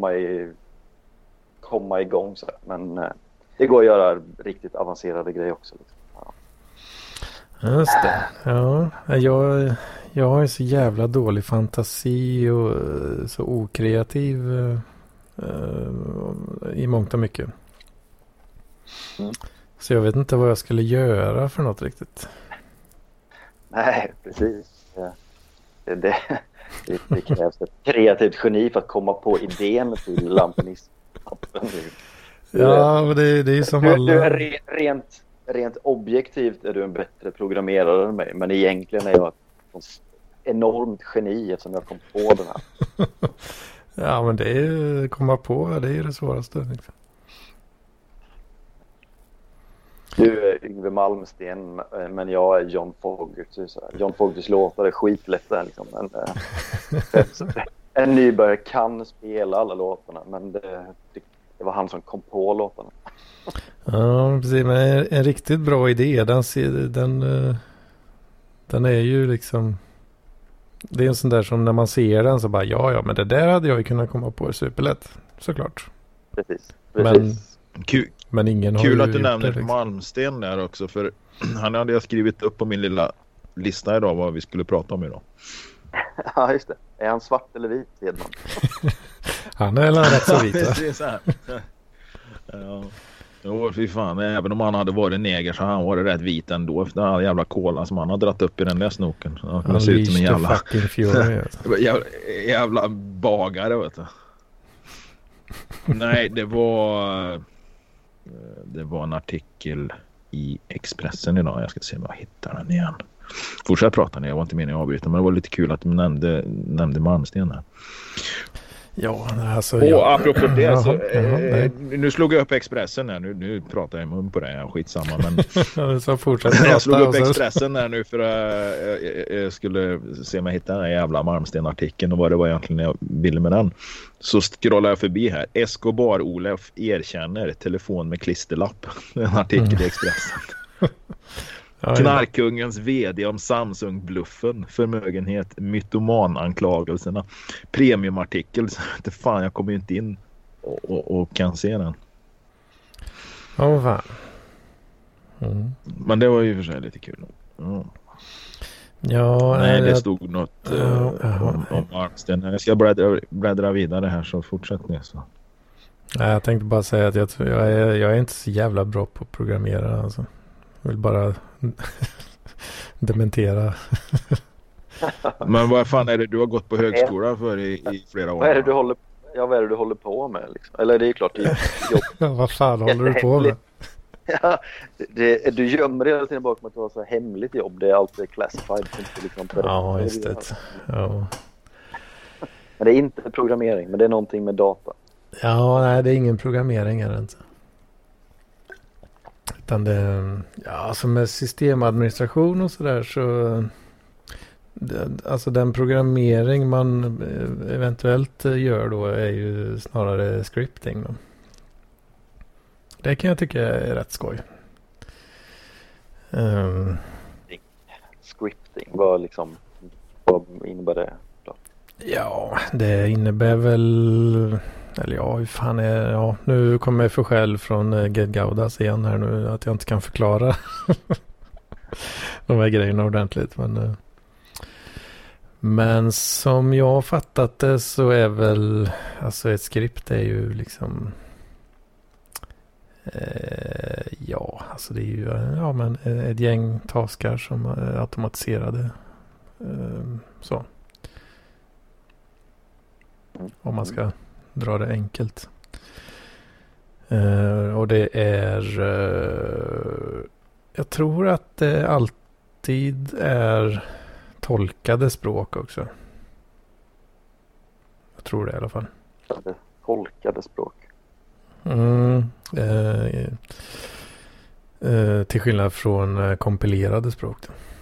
komma igång så här. Men det går att göra riktigt avancerade grejer också liksom. Just det. Ja, jag har ju så jävla dålig fantasi och så okreativ i mångt och mycket. Så jag vet inte vad jag skulle göra för något riktigt. Nej, precis. Det krävs ett kreativt geni för att komma på idén till lampenism. Ja, men det är som alla... Du är rent objektivt är du en bättre programmerare än mig, men egentligen är jag ett enormt geni eftersom jag kom på den här. Ja, men det är komma på, det är det svåraste. Liksom. Du är Yngve Malmsten, men jag är John Fogerty. John Fogertys låtar är skitlätt där liksom. Men, en nybörjare kan spela alla låtarna, men det var han som kom på låtarna. Ja, precis. Men en riktigt bra idé, den är ju liksom... Det är en sån där som när man ser den så bara, ja, men det där hade jag ju kunnat komma på superlätt, såklart. Precis. Men ingen kul har att du nämner liksom. Malmsten där också, för han hade jag skrivit upp på min lilla lista idag vad vi skulle prata om idag. Ja, just det. Är han svart eller vit, Hedman? Han är rätt så vit, va? Det är så här. Ja. Jo, fy fan. Även om han hade varit neger så han var rätt vit ändå efter den här jävla kolan som han har dratt upp i den där snoken. Han ser ut som en jävla bagare, vet du. Nej, det var en artikel i Expressen idag. Jag ska se om jag hittar den igen. Fortsätt prata nu, jag var inte meningen att avbryta, men det var lite kul att de nämnde Malmsten här. Ja, alltså... Och apropå det så... nu slog jag upp Expressen här. Nu pratar jag i mun på det. Jag skitsamma, men... så fortsätt jag slog upp Expressen här nu för att jag skulle se om jag hittade den här jävla Malmsten-artikeln och vad det var egentligen jag ville med den. Så scrollar jag förbi här. Escobar-Olof erkänner telefon med klisterlapp. En artikel i Expressen. Knarkungens vd om Samsung-bluffen, förmögenhet, mytomananklagelserna, premiumartikel. Så fan, jag kommer ju inte in och kan se den. Fan. Men det var ju för sig lite kul. Ja, nej, det stod något om Malmsten. Jag ska bläddra vidare här, så fortsätt ni. Så. Nej, jag tänkte bara säga att jag är inte så jävla bra på att programmera. Alltså. Jag vill bara dementera. Men vad fan är det du har gått på högskola för i flera år? Vad är det du håller på med? Liksom? Eller det är klart, det är jobb. Vad fan håller du på med? Ja, du gömmer hela tiden bakom att du har så hemligt jobb. Det är alltid classified. Liksom, ja, just det. Ja. Men det är inte programmering, men det är någonting med data. Ja, nej, det är ingen programmering är det inte. Utan det, alltså med systemadministration och sådär så alltså den programmering man eventuellt gör då är ju snarare scripting då. Det kan jag tycka är rätt skoj. Scripting, vad innebär det då? Ja, det innebär väl... Eller ja, hur fan är... Ja, nu kommer jag för själv från Get Gaudas igen här nu. Att jag inte kan förklara de här grejerna ordentligt. Men som jag har fattat det så är väl... Alltså ett skript är ju liksom... Ja, alltså det är ju men ett gäng taskar som är automatiserade. Så. Om man ska dra det enkelt. Och det är jag tror att det alltid är tolkade språk också. Jag tror det i alla fall. Tolkade språk. Till skillnad från kompilerade språk.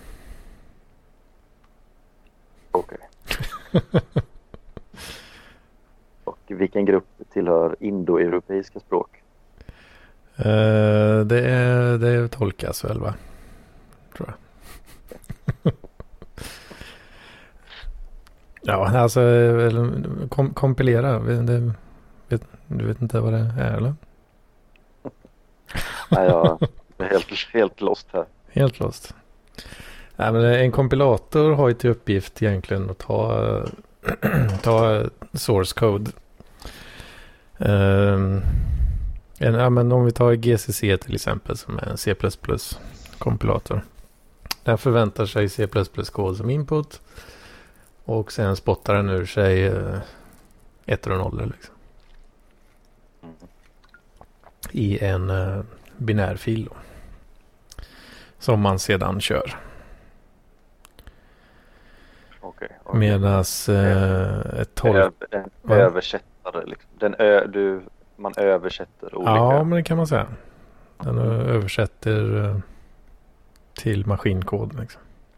Okej. Och vilken grupp tillhör indoeuropeiska språk? Det tolkas väl, va? Tror jag. Ja, alltså kompilera. Du vet inte vad det är, eller? Nej, jag är helt lost här. Helt lost. Nej, men en kompilator har ju till uppgift egentligen att ta source code. Men om vi tar GCC till exempel, som är en C++-kompilator. Den förväntar sig C++-kod som input. Och sen spottar den ur sig 1 och 0 liksom. I en binärfil då. Som man sedan kör. Okay. Medans en översättare liksom. Man översätter olika. Ja, men det kan man säga. Den översätter till maskinkod liksom.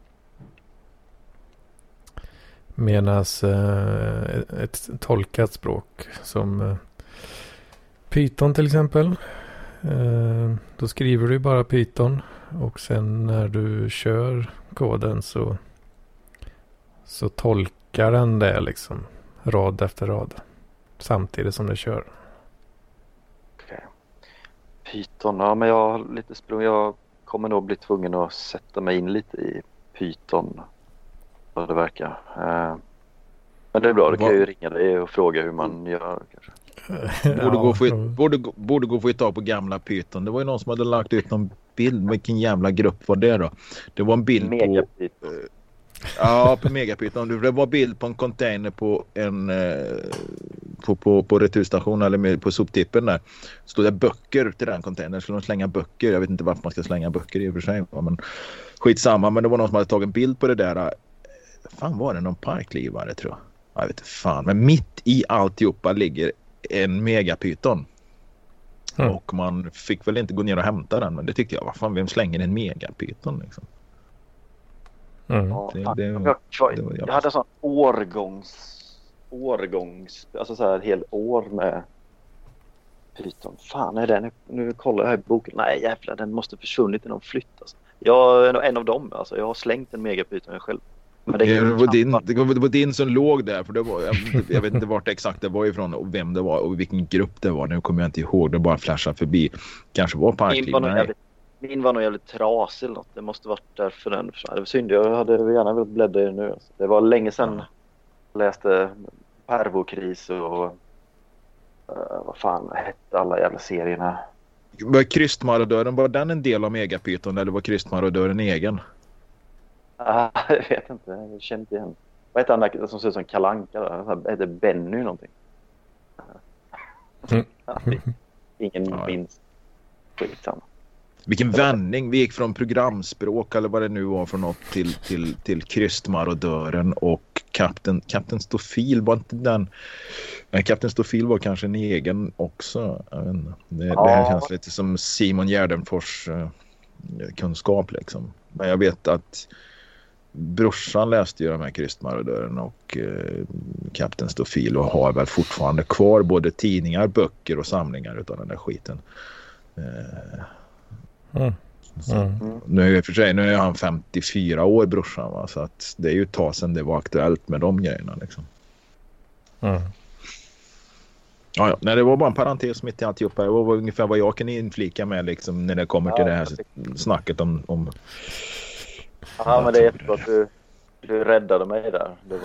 Medans ett tolkat språk som Python till exempel. Då skriver du bara Python och sen när du kör koden så tolkar den det liksom rad efter rad samtidigt som det kör. Okay. Python, ja, men jag har lite jag kommer nog bli tvungen att sätta mig in lite i Python vad det verkar. Men det är bra, då kan jag ju ringa dig och fråga hur man gör kanske. Borde gå få ett tag på gamla Python. Det var ju någon som hade lagt ut någon bild. Vilken jävla grupp var det då? Det var en bild på Megapython. Det var bild på en container på en på returstation eller på soptippen där. Stod det böcker till den containern. Skulle de slänga böcker? Jag vet inte varför man ska slänga böcker i och för sig. Men skitsamma. Men det var någon som hade tagit en bild på det där. Fan, var det någon parklivare tror jag? Jag vet inte fan. Men mitt i alltihopa ligger en megapyton. Och man fick väl inte gå ner och hämta den. Men det tyckte jag, vad fan, vem slänger en megapyton liksom? Ja, jag hade sån årgångs alltså så här hel år med Python. Fan är det nu kollar jag här i boken. Nej jävlar, den måste försvunnit i någon flytt alltså. Jag är en av dem alltså. Jag har slängt en megapyton själv. Men det var din som låg där, för det var, jag vet inte vart exakt det var ifrån och vem det var och vilken grupp det var. Nu kommer jag inte ihåg, det bara flashade förbi. Kanske var parkliv. Min var nog jävligt trasig eller något. Det måste varit därför den. Det var synd, jag hade gärna velat bläddra i det nu. Alltså. Det var länge sedan jag läste Pervokris och vad fan hette alla jävla serierna. Var Krystmarodören, var den en del av Megapyton eller var Krystmarodören egen? Jag vet inte, jag känner inte igen. Vad heter han där som ser ut som Kalanka? Heter Benny någonting? Ingen minst. Skitsamma. Vilken vändning, vi gick från programspråk eller vad det nu var för något till Krystmarodören och Kapten Stofil var inte den. Kapten Stofil var kanske en egen också. Det här känns lite som Simon Gärdenfors kunskap liksom. Men jag vet att brorsan läste ju de här Krystmarodören och Kapten Stofil och har väl fortfarande kvar både tidningar, böcker och samlingar utav den där skiten. Nu är han 54 år brorsan, va? Så att det är ju ett tag sedan det var aktuellt med de grejerna liksom. Ja, nej, det var bara en parentes mitt i alltihopa. Det var ungefär vad jag kan inflika med liksom, när det kommer till det här snacket om ja, men det är jättebra att du räddade mig där. Det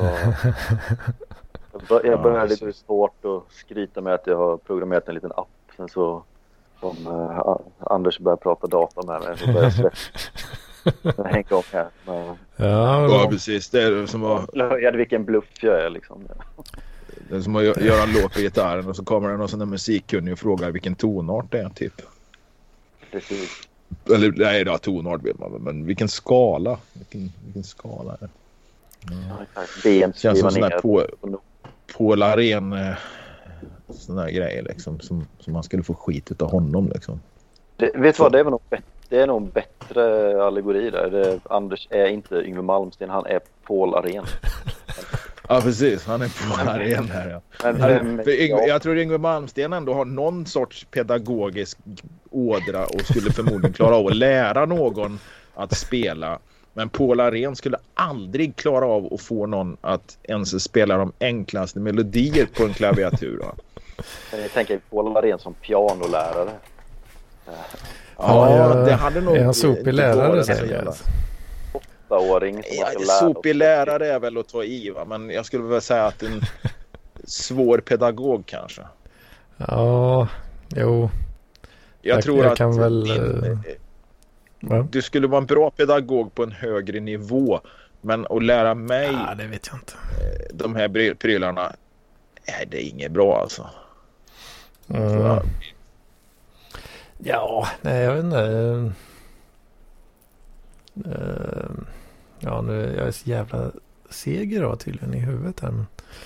var jag började lite svårt att skryta med att jag har programmerat en liten app. Sen så Om Anders börjar prata data med mig så börjar jag släppa en gång här. Ja, precis. Det är som att... Vilken bluff jag är liksom. Det är som att göra en låt på gitarren och så kommer det någon sån där musikkunnig och frågar vilken tonart det är typ. Precis. Eller nej då, tonart vet man, men vilken skala. Vilken skala är det? Ja, det känns som sån där Paul Arén sån där grejer liksom som man skulle få skit utav honom liksom. Vet du vad, det är nog en bättre allegori där. Anders är inte Yngwie Malmsteen, han är Paul Arén. Ja, precis. Han är Paul Arén här, ja. Jag tror Yngwie Malmsteen ändå har någon sorts pedagogisk ådra och skulle förmodligen klara av att lära någon att spela. Men Paul Arén skulle aldrig klara av att få någon att ens spela de enklaste melodier på en klaviatur. Men jag tänker Paul Arén som pianolärare. Ja, det hade nog... Är han sopig lärare säger jag. 8-åring. Sopig lärare är väl att ta i, va? Men jag skulle väl säga att en svår pedagog kanske. Ja, jo. Jag tror jag att kan väl... du skulle vara en bra pedagog på en högre nivå. Men att lära mig... Ja, det vet jag inte. De här prylarna... Nej, det är inget bra alltså. Ja, nej, jag vet inte. Ja, nu är jag så jävla seger då tydligen i huvudet här. Men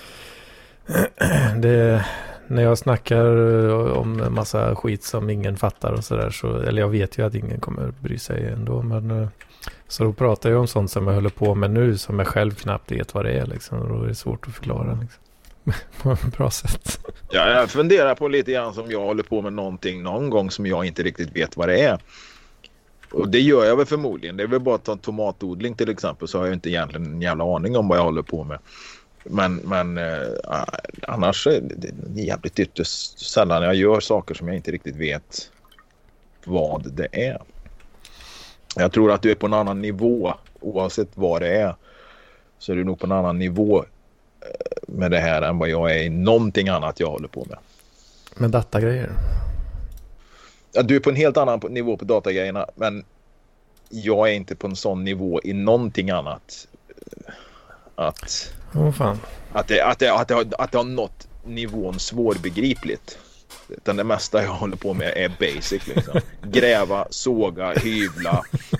det, när jag snackar om en massa skit som ingen fattar och sådär, så, eller jag vet ju att ingen kommer bry sig ändå, men så då pratar jag om sånt som jag håller på med nu som jag själv knappt vet vad det är liksom, och då är det svårt att förklara liksom. På ett bra sätt. Ja, jag funderar på lite grann som jag håller på med någonting någon gång som jag inte riktigt vet vad det är. Och det gör jag väl förmodligen. Det är väl bara att ta tomatodling till exempel, så har jag inte egentligen en jävla aning om vad jag håller på med. Men annars är det jävligt ytterst sällan jag gör saker som jag inte riktigt vet vad det är. Jag tror att du är på en annan nivå oavsett vad det är, så är du nog på en annan nivå med det här än vad jag är i någonting annat jag håller på med. Med datagrejer? Ja, du är på en helt annan nivå på datagrejerna, men jag är inte på en sån nivå i någonting annat. Att det har nått nivån svårbegripligt. Utan det mesta jag håller på med är basic liksom. Gräva, såga, hyvla,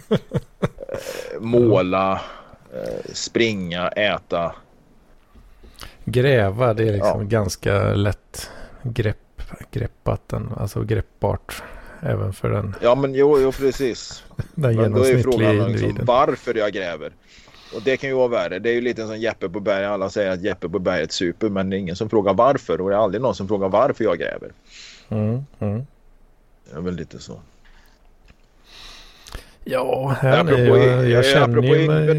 måla, springa, äta. Gräva, det är liksom ganska lätt greppat, alltså greppbart även för den. Ja, men jo precis. Den men då är frågan liksom, varför jag gräver. Och det kan ju vara värre. Det är ju lite som Jeppe på berg. Alla säger att Jeppe på berg är ett super, men det är ingen som frågar varför. Och det är aldrig någon som frågar varför jag gräver. Det är väl lite så. Ja, jag känner ju mig...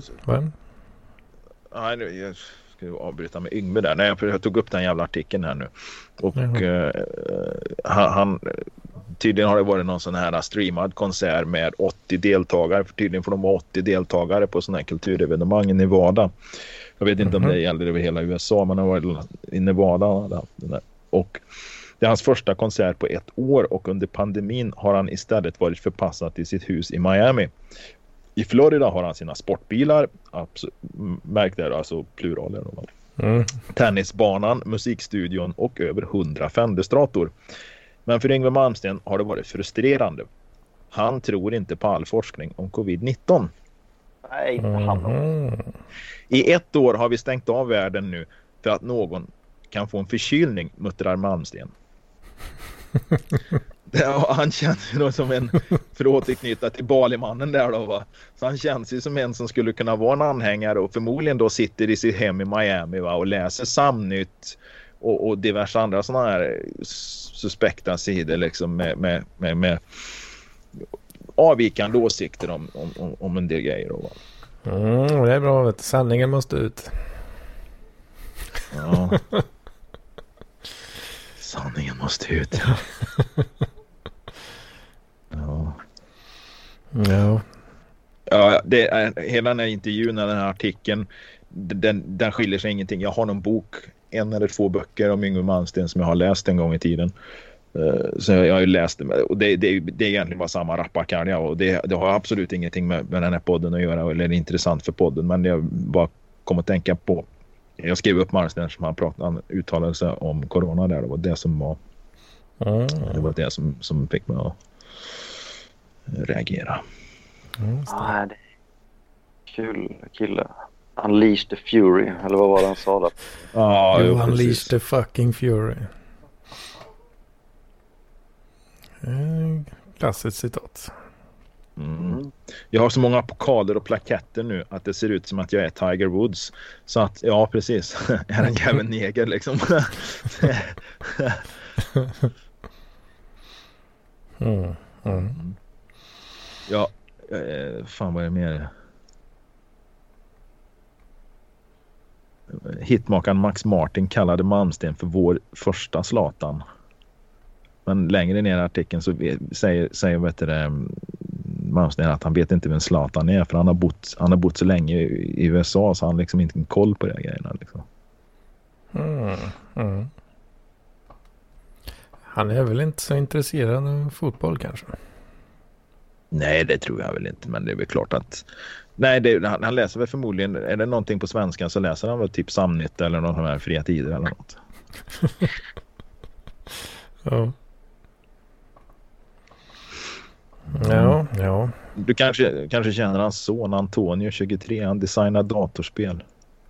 Nej, nu, jag ska avbryta med Yngve där. Nej, jag tog upp den jävla artikeln här nu. Och han tydligen har det varit någon sån här streamad konsert med 80 deltagare. För tydligen får de ha 80 deltagare på sån här kulturevenemang i Nevada. Jag vet inte om det gäller över hela USA, men det var i Nevada. Och det är hans första konsert på 1 år, och under pandemin har han istället varit förpassad till sitt hus i Miami. I Florida har han sina sportbilar, märk där, alltså pluraler. Tennisbanan, musikstudion och över 100 Fender-strator. Men för Yngwie Malmsteen har det varit frustrerande. Han tror inte på all forskning om covid-19. Nej, inte han. I 1 år har vi stängt av världen nu för att någon kan få en förkylning, muttrar Malmsteen. Han känns ju då som en, för att återknyta till Balimannen där då, va? Så han känns ju som en som skulle kunna vara en anhängare och förmodligen då sitter i sitt hem i Miami, va? Och läser Samnytt och diverse andra sådana här suspekta sidor liksom med avvikande åsikter om en del grejer då, va? Det är bra, vet du. Sanningen måste ut. Ja. Sanningen måste ut. Ja, det är hela den här intervjun, den här artikeln, den skiljer sig ingenting. Jag har någon bok, 1 eller 2 böcker om Yngwie Malmsteen som jag har läst en gång i tiden. Så jag har ju läst det, och det är egentligen bara samma rappakalja, och det har absolut ingenting med den här podden att göra, eller är intressant för podden, men jag bara kom att tänka på, jag skrev upp Malmsten som han uttalade sig om corona där, det var det som var det var det som fick mig att reagera. Det är kul kille. Unleash the Fury, eller vad var det han sa där? Unleash the fucking Fury. Klassiskt citat. Jag har så många pokaler och plaketter nu att det ser ut som att jag är Tiger Woods. Så att, ja precis, är en jävla neger liksom. Ja, fan vad är det mer? Hitmakaren Max Martin kallade Malmsten för vår första Zlatan. Men längre ner i artikeln så säger Malmsten att han vet inte vem Zlatan är, för han har bott så länge i USA, så han liksom inte har koll på de grejerna liksom. Han är väl inte så intresserad av fotboll kanske? Nej, det tror jag väl inte, men det är väl klart att han läser väl förmodligen, är det någonting på svenska så läser han väl typ Samnytt eller någon av de här Fria Tider eller något. Ja. Ja. Du kanske känner hans son Antonio, 23, han designar datorspel.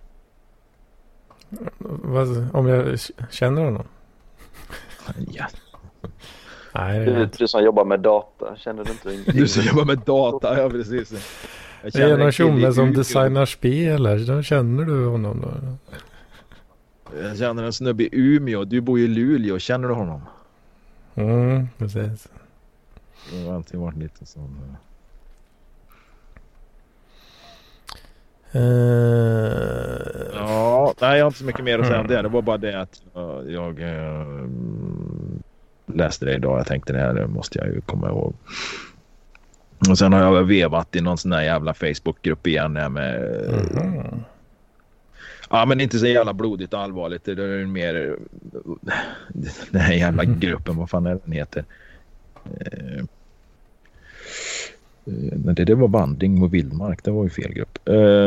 Om jag känner honom? Ja. Nej, du som jobbar med data, känner du inte? Du som jobbar med data, ja precis. Det är någon tjomme som designar spel här, då känner du honom då? Jag känner en snubbe i Umeå, du bor i Luleå, känner du honom? Precis. Det har alltid varit lite sån. Ja, nej, jag har inte så mycket mer att säga om det. Det var bara det att jag läste det idag. Jag tänkte det här måste jag ju komma ihåg. Och sen har jag vevat i någon sån här jävla Facebookgrupp igen med ja, men inte så jävla blodigt och allvarligt. Det är mer den här jävla gruppen, vad fan är den heter? Det var vandring och vildmark, det var ju fel grupp.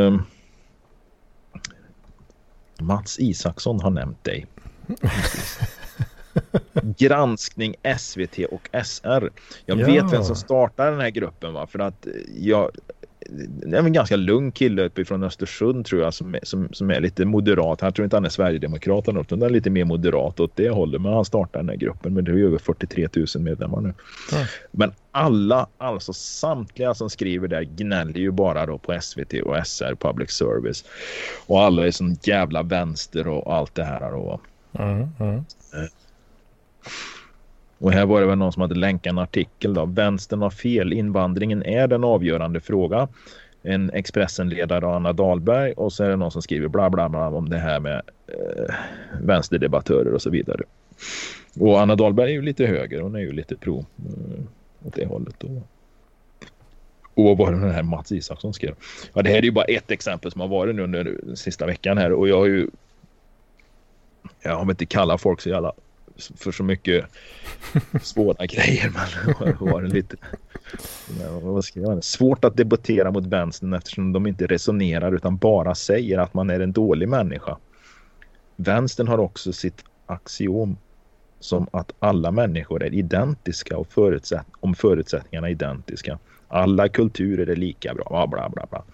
Mats Isaksson har nämnt dig. Granskning SVT och SR. Jag vet vem som startar den här gruppen, va? För att det är en ganska lugn kille uppifrån Östersund tror jag som är lite moderat. Han tror inte han är Sverigedemokrat eller något, utan är lite mer moderat åt det hållet, men han startar den här gruppen, men det är ju över 43 000 medlemmar nu. Men alltså samtliga som skriver där gnäller ju bara då på SVT och SR Public Service, och alla är sån jävla vänster och allt det här då. Och här var det väl någon som hade länkat en artikel då. Vänstern har fel, invandringen är den avgörande fråga. En Expressen-ledare, Anna Dahlberg, och så är det någon som skriver bla bla bla om det här med vänsterdebattörer och så vidare. Och Anna Dahlberg är ju lite höger, hon är ju lite pro åt det hållet då. Och vad var det den här Mats Isaksson skrev? Ja, det här är ju bara ett exempel som har varit nu under den sista veckan här, och jag har inte kallat folk så jävla för så mycket svåra grejer, men var det lite vad ska jag säga? Svårt att debattera mot vänstern eftersom de inte resonerar utan bara säger att man är en dålig människa. Vänstern har också sitt axiom som att alla människor är identiska och om förutsättningarna är identiska. Alla kulturer är lika bra, bla bla bla.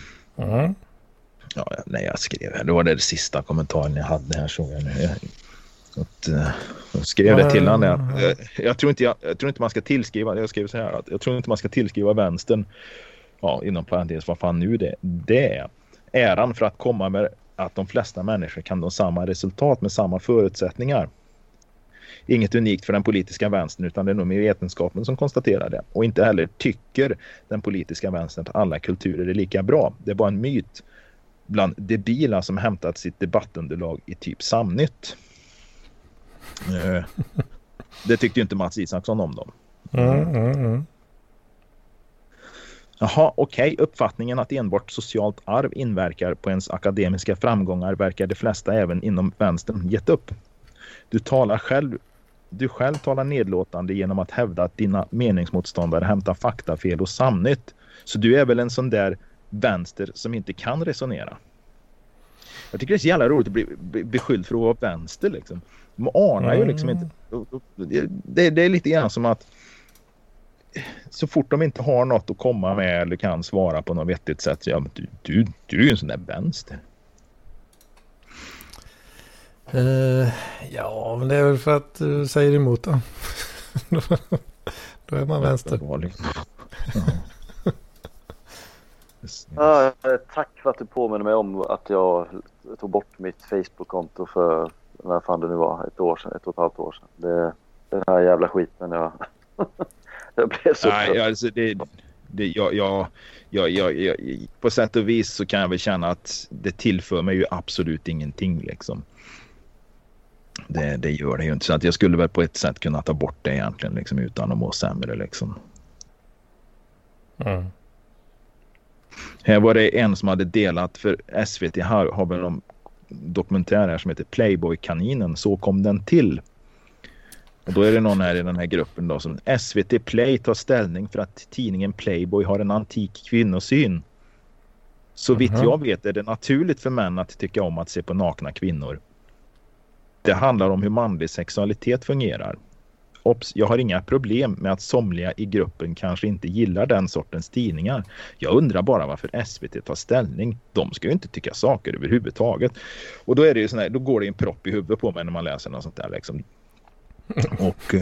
Ja, när jag skrev här, det var det sista kommentaren jag hade här, såg jag nu. Jag skrev det till honom. Jag tror inte man ska tillskriva, jag skrev så här att jag tror inte man ska tillskriva vänstern, inom parentes vad fan nu det är, äran för att komma med att de flesta människor kan nå samma resultat med samma förutsättningar. Inget unikt för den politiska vänstern, utan det är nog med vetenskapen som konstaterar det. Och inte heller tycker den politiska vänstern att alla kulturer är lika bra. Det är bara en myt bland debila som hämtat sitt debattunderlag i typ Samnytt. Det tyckte ju inte Mats Isaksson om dem. Jaha, okej. Uppfattningen att enbart socialt arv inverkar på ens akademiska framgångar verkar de flesta även inom vänstern gett upp. Du talar själv Du själv talar nedlåtande genom att hävda att dina meningsmotståndare hämtar faktafel och samnytt. Så du är väl en sån där vänster som inte kan resonera. Jag tycker det är så jävla roligt att bli beskylld för att vara vänster liksom. De anar ju liksom inte. Det är lite grann som att så fort de inte har något att komma med eller kan svara på något vettigt sätt, ja, men du är ju en sån där vänster. Ja, men det är väl för att du säger emot då. Då är man vänster. Ja, tack för att du påminner mig om att jag tog bort mitt Facebook-konto för när fan det nu var, ett och ett halvt år sedan. Den här jävla skiten jag blev så nej, alltså jag på sätt och vis så kan jag väl känna att det tillför mig ju absolut ingenting liksom. Det gör det ju inte, så att jag skulle väl på ett sätt kunna ta bort det egentligen liksom, utan att må sämre liksom. Här var det en som hade delat, för SVT har väl en dokumentär här som heter Playboy-kaninen, så kom den till. Och då är det någon här i den här gruppen då som SVT Play tar ställning för att tidningen Playboy har en antik kvinnosyn. Så vitt jag vet är det naturligt för män att tycka om att se på nakna kvinnor. Det handlar om hur manlig sexualitet fungerar. Ops, jag har inga problem med att somliga i gruppen kanske inte gillar den sortens tidningar. Jag undrar bara varför SVT tar ställning. De ska ju inte tycka saker överhuvudtaget. Och då är det ju sån här, då går det en propp i huvudet på mig när man läser något sånt där liksom. Och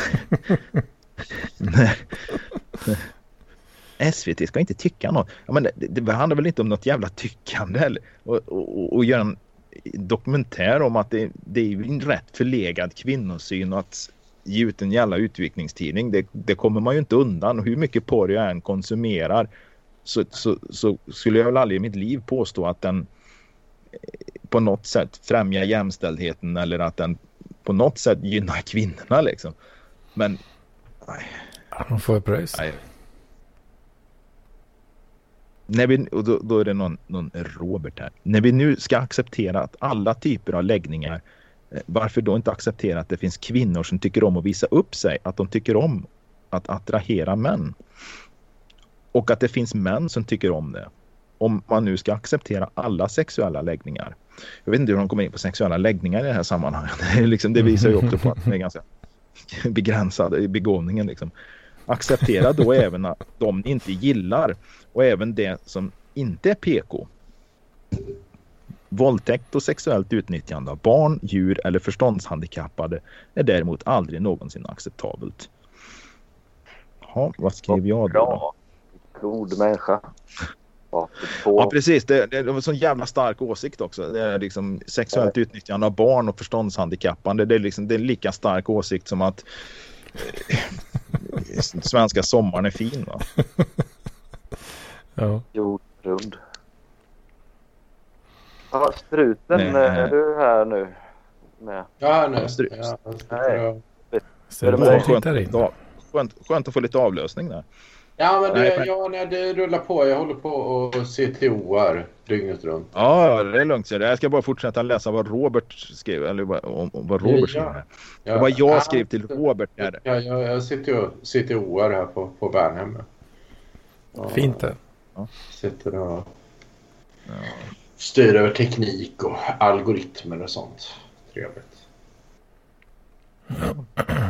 SVT ska inte tycka något. Ja, men det handlar väl inte om något jävla tyckande eller, och göra en dokumentär om att det är en rätt förlegad kvinnosyn och att ge ut en jävla utvikningstidning. Det kommer man ju inte undan. Och hur mycket porr jag än konsumerar så skulle jag väl aldrig i mitt liv påstå att den på något sätt främjar jämställdheten eller att den på något sätt gynnar kvinnorna liksom. Men nej. De får pris. Då är det någon Robert här. När vi nu ska acceptera att alla typer av läggningar, varför då inte acceptera att det finns kvinnor som tycker om att visa upp sig, att de tycker om att attrahera män och att det finns män som tycker om det. Om man nu ska acceptera alla sexuella läggningar. Jag vet inte hur de kommer in på sexuella läggningar i det här sammanhanget. Det visar ju också på att de är ganska begränsade i begåvningen liksom. Acceptera då även att de inte gillar och även det som inte är PK. Våldtäkt och sexuellt utnyttjande av barn, djur eller förståndshandikappade är däremot aldrig någonsin acceptabelt. Ja, vad skrev jag då? God människa. Ja, precis. Det är en sån jävla stark åsikt också. Det är liksom sexuellt utnyttjande av barn och förståndshandikappande. Det är en lika stark åsikt som att svenska sommaren är fin, va? Ja. Jordrund. Ja, struten, är du här nu? Med? Ja, nu. Skönt att få lite avlösning där. Ja, men det rullar på. Jag håller på och CTO:ar dygnet runt. Ja, det är lugnt. Jag ska bara fortsätta läsa vad Robert skrev. Eller vad Robert skrev här. Det var jag skrev till Robert. Här. Ja, jag CTO:ar här på Värnhem. Fint det. Ja. Sitter och styr över teknik och algoritmer och sånt. Trevligt. Ja.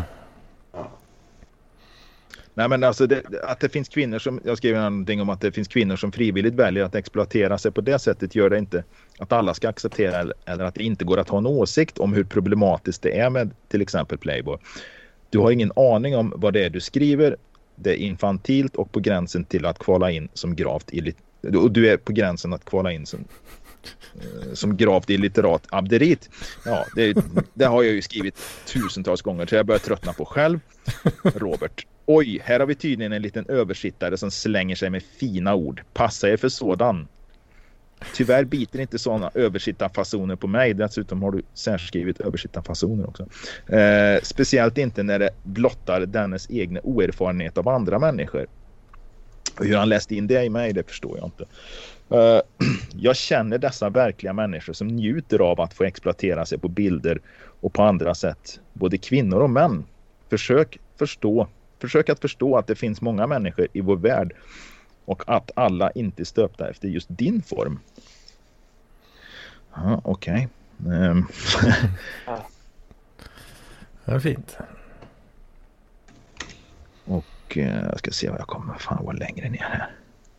Nej, men alltså att det finns kvinnor som, jag skrev någonting om att det finns kvinnor som frivilligt väljer att exploatera sig på det sättet, gör det inte att alla ska acceptera eller att det inte går att ha en åsikt om hur problematiskt det är med till exempel Playboy. Du har ingen aning om vad det är du skriver. Det är infantilt och på gränsen till att kvala in som gravt och du är på gränsen att kvala in som gravt illiterat abderit. Ja, det har jag ju skrivit tusentals gånger så jag börjar tröttna på själv. Robert. Oj, här har vi tydligen en liten översittare som slänger sig med fina ord. Passa er för sådan. Tyvärr biter inte sådana översittarfasoner på mig. Dessutom har du särskrivit översittarfasoner också. Speciellt inte när det blottar dennes egna oerfarenhet av andra människor. Och hur han läste in det i mig, det förstår jag inte. Jag känner dessa verkliga människor som njuter av att få exploatera sig på bilder och på andra sätt, både kvinnor och män. Försök att förstå att det finns många människor i vår värld och att alla inte är stöpta efter just din form. Ja, okej. Det är fint. Och jag ska se vad jag kommer. Fan, vad längre ner här.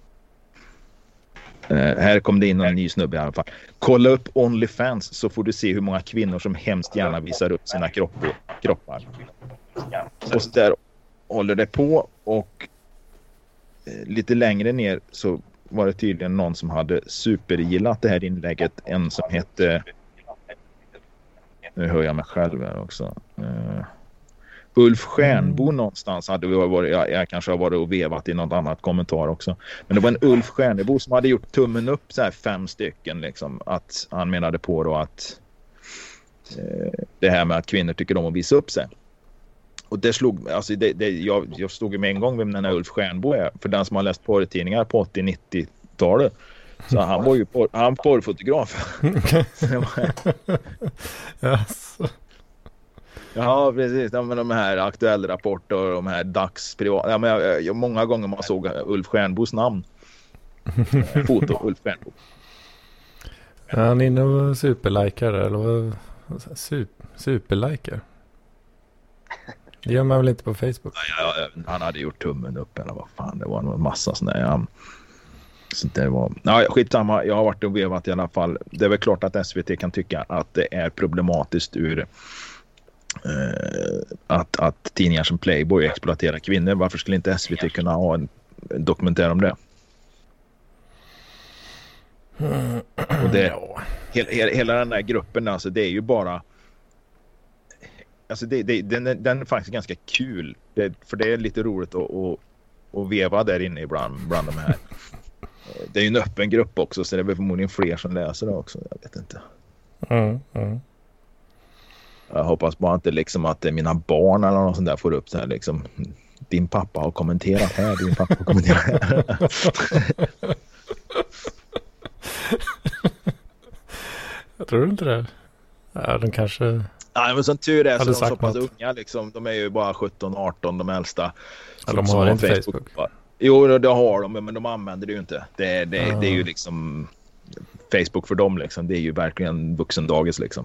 Här kom det in en ny snubbe i alla fall. Kolla upp OnlyFans så får du se hur många kvinnor som hemskt gärna visar upp sina kroppar. Och så där håller det på, och lite längre ner så var det tydligen någon som hade supergillat det här inlägget. En som hette, nu hör jag mig själv här också, Ulf Stjärnbo någonstans hade varit, jag kanske har varit och vevat i något annat kommentar också. Men det var en Ulf Stjärnbo som hade gjort tummen upp så här 5 stycken liksom, att han menade på då att det här med att kvinnor tycker om att visa upp sig. Och det slog, alltså jag stod ju med en gång vem den här Ulf Stjärnbo är, för den som har läst porrtidningar på 80-90-talet. Så han var ju porrfotograf. Yes. Ja, precis. Ja, men de här aktuella rapporter och de här dagsprivat. Ja, men jag många gånger man såg Ulf Stjärnbos namn. Foto Ulf Stjärnbo. Ja, han är inne och superlikar eller vad? Superlikar. Det gör man väl inte på Facebook? Ja, han hade gjort tummen upp eller vad fan. Det var en massa sådana där. Ja. Så det var... Ja, skitsamma. Jag har varit och vevat i alla fall. Det är väl klart att SVT kan tycka att det är problematiskt ur att tidningar som Playboy exploaterar kvinnor. Varför skulle inte SVT kunna ha en dokumentär om det? Och det hela den här gruppen, alltså det är ju bara, alltså den är faktiskt ganska kul, för det är lite roligt att veva där inne ibland bland de här. Det är ju en öppen grupp också, så det är väl förmodligen fler som läser det också, jag vet inte. Jag hoppas bara inte liksom att mina barn eller något sånt där får upp så här liksom, din pappa har kommenterat här, din pappa har kommenterat här. Jag tror inte det. Ja, de kanske... Nej, men som tur är så är de så pass något. unga liksom. De är ju bara 17-18, de äldsta. Ja, de har inte Facebook. Jo, det har de, men de använder det ju inte. Det är ju liksom Facebook för dem liksom. Det är ju verkligen vuxendagis liksom.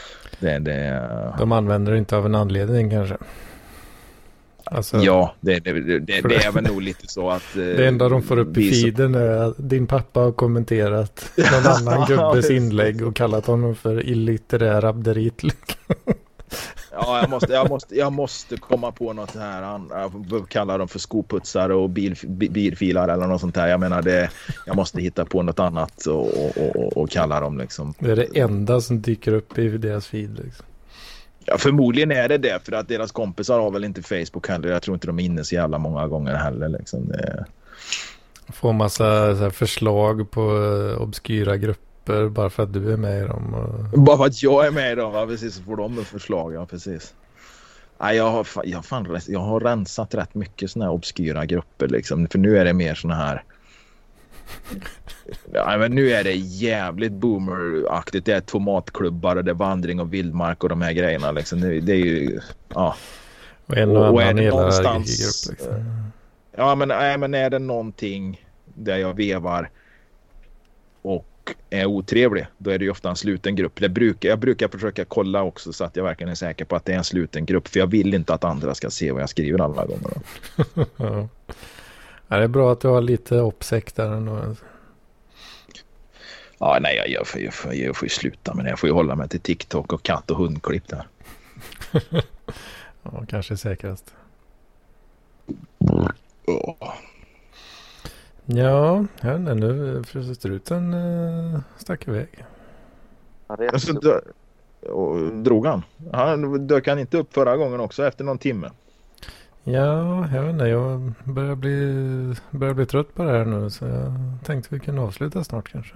De använder det inte av en anledning kanske. Alltså, ja, det är väl nog lite så att... det enda de får upp i feeden är att din pappa har kommenterat någon annan gubbes inlägg och kallat honom för illitterär abderit. Ja, jag måste komma på något här. Jag kallar dem för skoputsare och bilfilar eller något sånt här. Jag menar, jag måste hitta på något annat och kalla dem liksom. Det är det enda som dyker upp i deras feed liksom. Ja, förmodligen är det för att deras kompisar har väl inte Facebook heller. Jag tror inte de är inne så jävla många gånger heller liksom. Får massa så här förslag på obskyra grupper bara för att du är med i dem. Bara för att jag är med i dem, ja, precis, så får de ett förslag, ja precis. Nej, jag har rensat rätt mycket såna här obskyra grupper liksom, för nu är det mer såna här. Ja, men nu är det jävligt boomeraktigt. Det är tomatklubbar och det är vandring och vildmark och de här grejerna liksom. Det är ju, ja. Och en och annan är någonstans grupp liksom. Ja, men är det någonting där jag vevar och är otrevlig, då är det ju ofta en sluten grupp. Jag brukar försöka kolla också så att jag verkligen är säker på att det är en sluten grupp, för jag vill inte att andra ska se vad jag skriver alla gånger. Ja. Ja, det är bra att du har lite uppsikt där ändå. Ja, nej, jag får ju sluta med det. Jag får ju hålla mig till TikTok och katt- och hundklipp där. Ja, kanske säkrast. Ja, nu frustruten stack iväg. Alltså, drog han? Han dök han inte upp förra gången också efter någon timme? Ja, jag vet inte. Jag börjar bli trött på det här nu, så jag tänkte vi kunde avsluta snart kanske.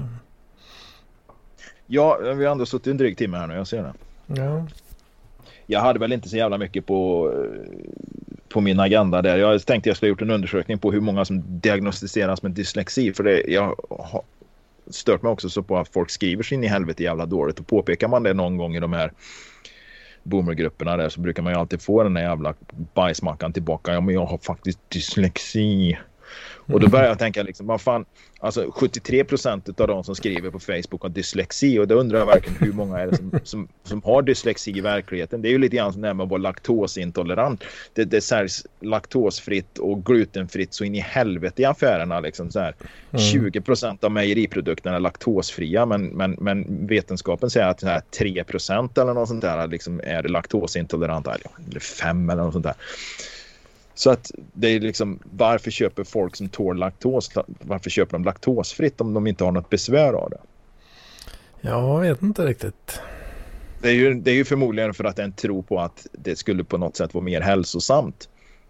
Ja, vi har ändå suttit en dryg timme här nu, jag ser det. Ja. Jag hade väl inte så jävla mycket på min agenda där. Jag tänkte jag skulle ha gjort en undersökning på hur många som diagnostiseras med dyslexi, för jag har stört mig också så på att folk skriver sig in i helvete jävla dåligt, och påpekar man det någon gång i de här boomergrupperna där, så brukar man ju alltid få den där jävla bajsmackan tillbaka. Ja, men jag har faktiskt dyslexi. Och då börjar jag tänka liksom, vad fan, alltså 73% av de som skriver på Facebook har dyslexi, och då undrar jag verkligen hur många är det som har dyslexi i verkligheten. Det är ju lite grann som när man var laktosintolerant. Det säljs laktosfritt och glutenfritt så in i helvete i affärerna liksom så här. 20% av mejeriprodukterna är laktosfria, men vetenskapen säger att så här 3% eller något sånt där liksom är laktosintoleranta, eller 5 eller något sånt där. Så att det är liksom, varför köper folk som tål laktos, varför köper de laktosfritt om de inte har något besvär av det? Jag vet inte riktigt. Det är ju förmodligen för att en tror på att det skulle på något sätt vara mer hälsosamt.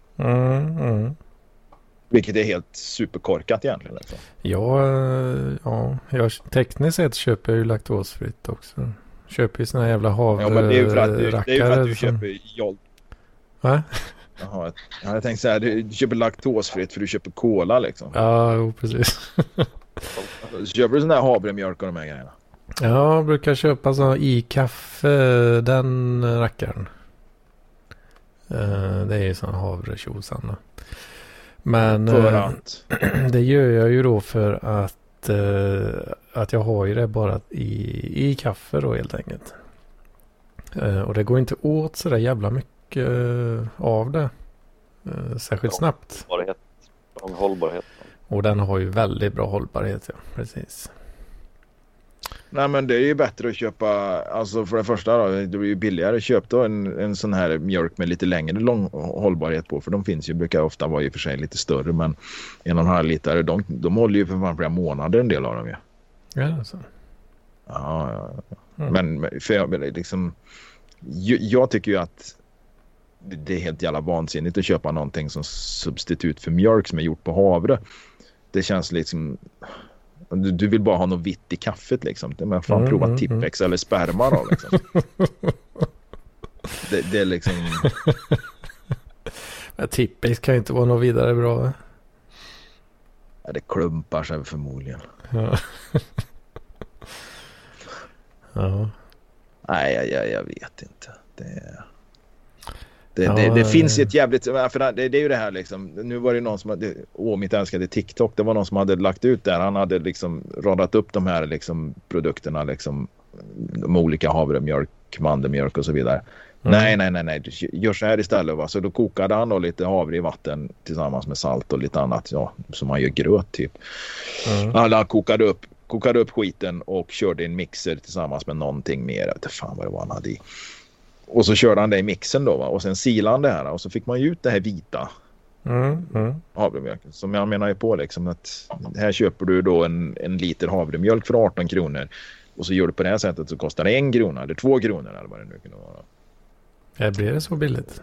Vilket är helt superkorkat egentligen. Liksom. Jag tekniskt sett köper jag ju laktosfritt också. Köper ju såna här jävla havre. Ja, men det är ju för att du köper jolt. Va? Jaha, jag tänkte så här, du köper laktosfritt för du köper cola liksom. Ja, precis. Köper du sån där havremjölk och de här grejerna? Ja, jag brukar köpa så i kaffe, den rackaren. Det är ju sån havretjosan. Men för att? Det gör jag ju då för att jag har ju det bara i kaffe då helt enkelt. Och det går inte åt så där jävla mycket av det särskilt snabbt. Hållbarhet. Och den har ju väldigt bra hållbarhet, ja, precis. Nej, men det är ju bättre att köpa, alltså för det första då, det blir ju billigare. Köp då en sån här mjölk med lite längre hållbarhet på, för de finns ju, brukar ofta vara i och för sig lite större, men 1,5 liter, de håller ju för fan flera månader en del av dem ju. Ja, så. Ja. Men för jag tycker ju att det är helt jävla vansinnigt att köpa någonting som substitut för mjölk som är gjort på havre. Det känns liksom, du vill bara ha något vitt i kaffet liksom. Det är fan prova Tippex eller sperma då liksom. Det är liksom men Tippex kan ju inte vara något vidare bra. Ja, det klumpar sig förmodligen. Ja. Ja. Nej, jag vet inte. Det finns ett jävligt, för det är ju det här liksom, nu var det någon som hade, mitt älskade TikTok, det var någon som hade lagt ut där, han hade liksom radat upp de här liksom produkterna liksom, de olika havremjölk, mandelmjölk och så vidare. Nej, gör så här istället, va? Så då kokade han då lite havre i vatten tillsammans med salt och lite annat, ja, som man gör gröt typ. Alla kokade upp skiten och körde i en mixer tillsammans med någonting mer, jag vet inte fan vad det var han hade i. Och så körde han det i mixen då, va? Och sen silade han det här och så fick man ju ut det här vita havremjölken. Som jag menar ju på liksom, att här köper du då en liter havremjölk för 18 kronor och så gör du på det här sättet så kostar det 1 krona eller 2 kronor eller vad det nu kan vara. Ja, blir det så billigt?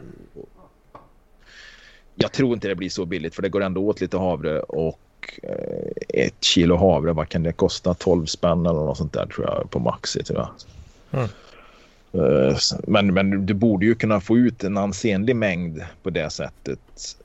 Jag tror inte det blir så billigt, för det går ändå åt lite havre, och 1 kilo havre, vad kan det kosta? 12 spänn eller något sånt där tror jag på Maxi, tror jag. Men du borde ju kunna få ut en ansenlig mängd på det sättet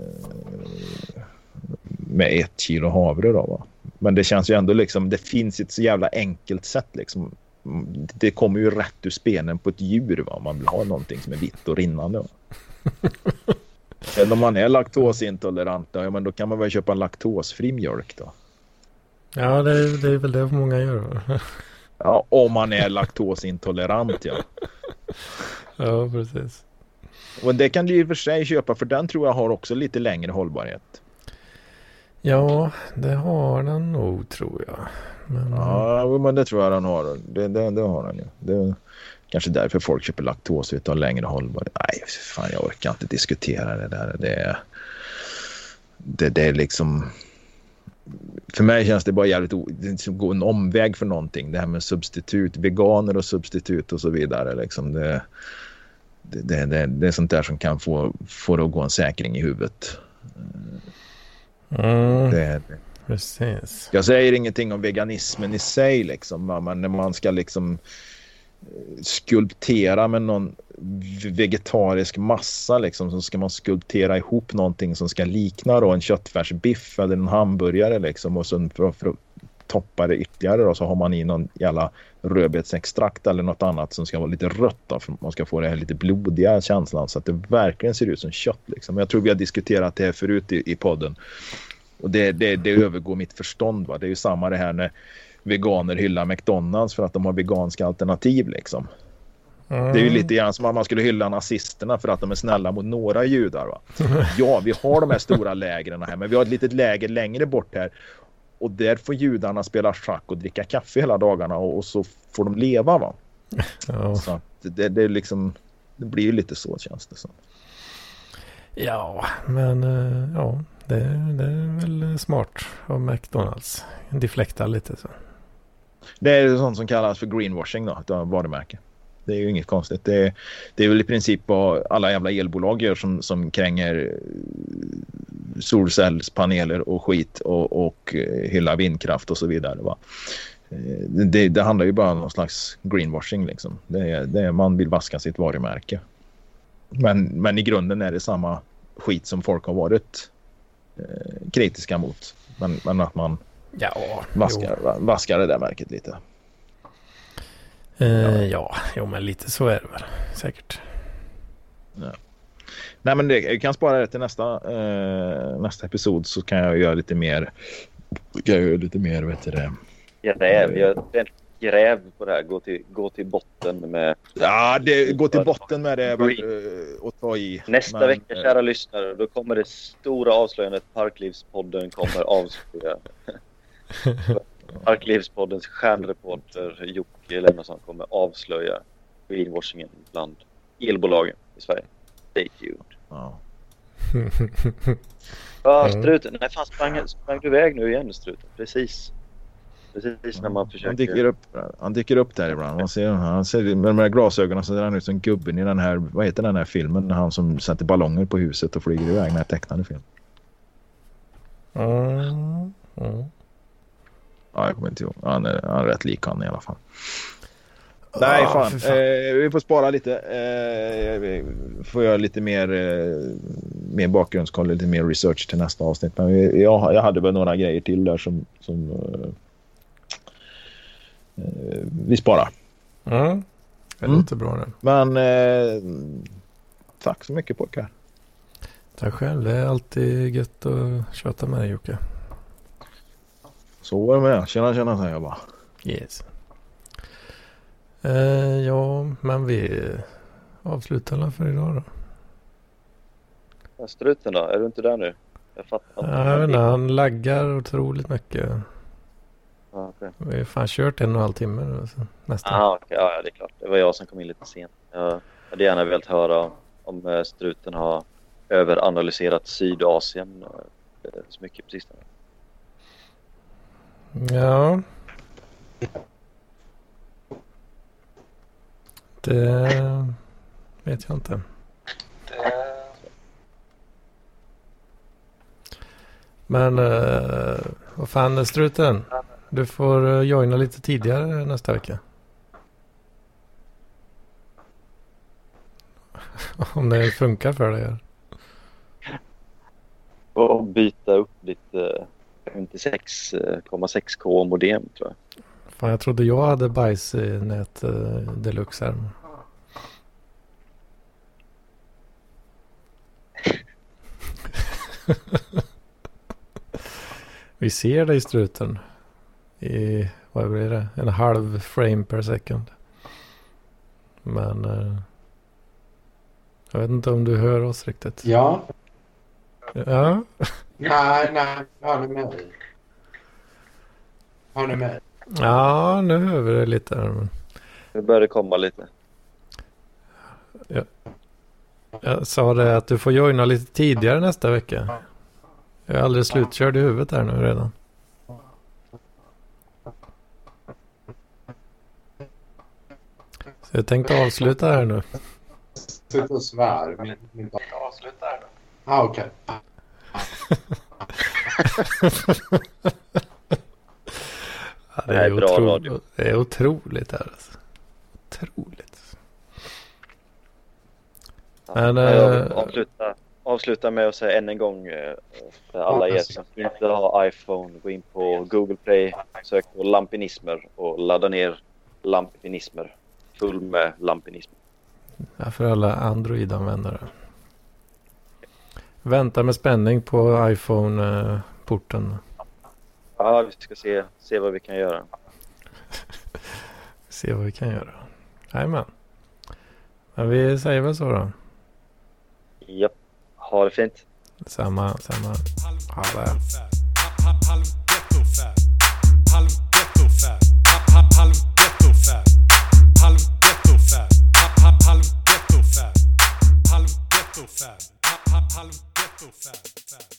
med 1 kilo havre då, va? Men det känns ju ändå liksom, det finns ett så jävla enkelt sätt liksom. Det kommer ju rätt ur spenen på ett djur, va? Man vill ha någonting som är vitt och rinnande, va? Eller om man är laktosintolerant, ja, men då kan man väl köpa en laktosfri mjölk då. Ja, det är väl det många gör. Ja, om man är laktosintolerant, ja. Ja, precis. Och det kan du i och för sig köpa, för den tror jag har också lite längre hållbarhet. Ja, det har den nog, tror jag. Men... Ja, men det tror jag den har. Det har den ju. Det är kanske därför folk köper laktos utan längre hållbarhet. Nej, fan, jag orkar inte diskutera det där. Det är liksom... För mig känns det bara jävligt det gå en omväg för någonting. Det här med substitut, veganer och substitut och så vidare. Liksom det är sånt där som kan få det att gå en säkring i huvudet. Precis. Jag säger ingenting om veganismen i sig liksom, men när man ska liksom skulptera med någon vegetarisk massa liksom, så ska man skulptera ihop någonting som ska likna då en köttfärsbiff eller en hamburgare liksom, och sen för att toppa det ytterligare då, så har man i någon jävla rödbetsextrakt eller något annat som ska vara lite rött då, för man ska få det här lite blodiga känslan så att det verkligen ser ut som kött liksom. Jag tror vi har diskuterat det här förut i podden. Och det övergår mitt förstånd, va. Det är ju samma det här när veganer hyllar McDonald's för att de har veganska alternativ liksom. Det är ju lite grann som att man skulle hylla nazisterna för att de är snälla mot några judar, va. Ja, vi har de här stora lägren här, men vi har ett litet läger längre bort här. Och där får judarna spela schack och dricka kaffe hela dagarna och så får de leva, va. Ja. Så det är liksom, det blir ju lite så, känns det som. Ja, men ja, det är väl smart av McDonald's. Deflekta lite så. Det är sånt som kallas för greenwashing då, ett varumärke. Det är ju inget konstigt. Det är väl i princip vad alla jävla elbolag gör som kränger solcellspaneler och skit och hyllar vindkraft och så vidare, va. Det handlar ju bara om någon slags greenwashing liksom. Det är man vill vaska sitt varumärke. Men i grunden är det samma skit som folk har varit kritiska mot. Men att man vaskar det där märket lite. Ja, men lite så är det väl säkert. Ja. Nej, men jag kan spara det till nästa episod, så kan jag göra lite mer vet du det. Gräv på det här, gå till botten med. Ja, gå till botten med det och ta i. Nästa vecka, kära lyssnare, då kommer det stora avslöjandet. Parklivspodden kommer avslöja. Parklivspoddens stjärnreporter Jocke Lennartsson kommer avslöja greenwashingen bland elbolagen i Sverige. Stay tuned. Ja. Struten. Nej, fan, sprang du iväg nu igen, struten? Precis när man försöker. Han dyker upp där ibland. Man ser med de här glasögonen, så ser han ut som gubben i den här, vad heter den här filmen, han som sätter ballonger på huset och flyger iväg, med tecknade film. Ja, jag kommer inte ihåg. Han är rätt lik han i alla fall. Nej, fan. Vi får spara lite. Vi får göra lite mer bakgrundskoll, lite mer research till nästa avsnitt. Men jag hade väl några grejer till där som vi sparar. Det låter bra det. Men tack så mycket, pojkar. Tack själv. Det är alltid gött att köta med dig, Jocke. Så var det med. Tjena, säger jag bara. Yes. Ja, men vi avslutar alla för idag då. Struten då? Är du inte där nu? Jag fattar. Jag vet inte, han laggar otroligt mycket. Okay. Vi har fan kört 1,5 timme nu, nästan. Okay. Ja, det är klart. Det var jag som kom in lite sent. Jag hade gärna velat höra om struten har överanalyserat Sydasien så mycket på sistone. Ja. Det vet jag inte. Men vad fan, struten? Du får joina lite tidigare nästa vecka. Om det funkar för dig. Och byta upp lite 56,6K modem, tror jag. Fan, jag trodde jag hade bajsnät deluxe här. Vi ser dig, struten, i, vad blir det? 1/2 frame per second. Men jag vet inte om du hör oss riktigt. Ja. Ja. Nej, har ni med? Ja, nu hör vi det lite här, men... Nu börjar det komma lite. Ja. Jag sa det att du får joina lite tidigare nästa vecka. Jag är alldeles slutkörd i huvudet här nu redan. Så jag tänkte avsluta här nu. Sitt och svär. Min avsluta här då. Okej. Ja, det är bra radio. Det är otroligt här, alltså. Otroligt. Ja, men, jag avsluta avsluta med att säga än en gång för alla er som inte har iPhone, gå in på Google Play, sök på lampinismer och ladda ner lampinismer. Full med lampinismer. Ja, för alla Android-användare. Vänta med spänning på iPhone-porten. Ja, vi ska se vad vi kan göra. Se vad vi kan göra. Jajamän. Men vi säger väl så då. Japp. Ha det fint. Samma. Ha det. Halv ghetto fab.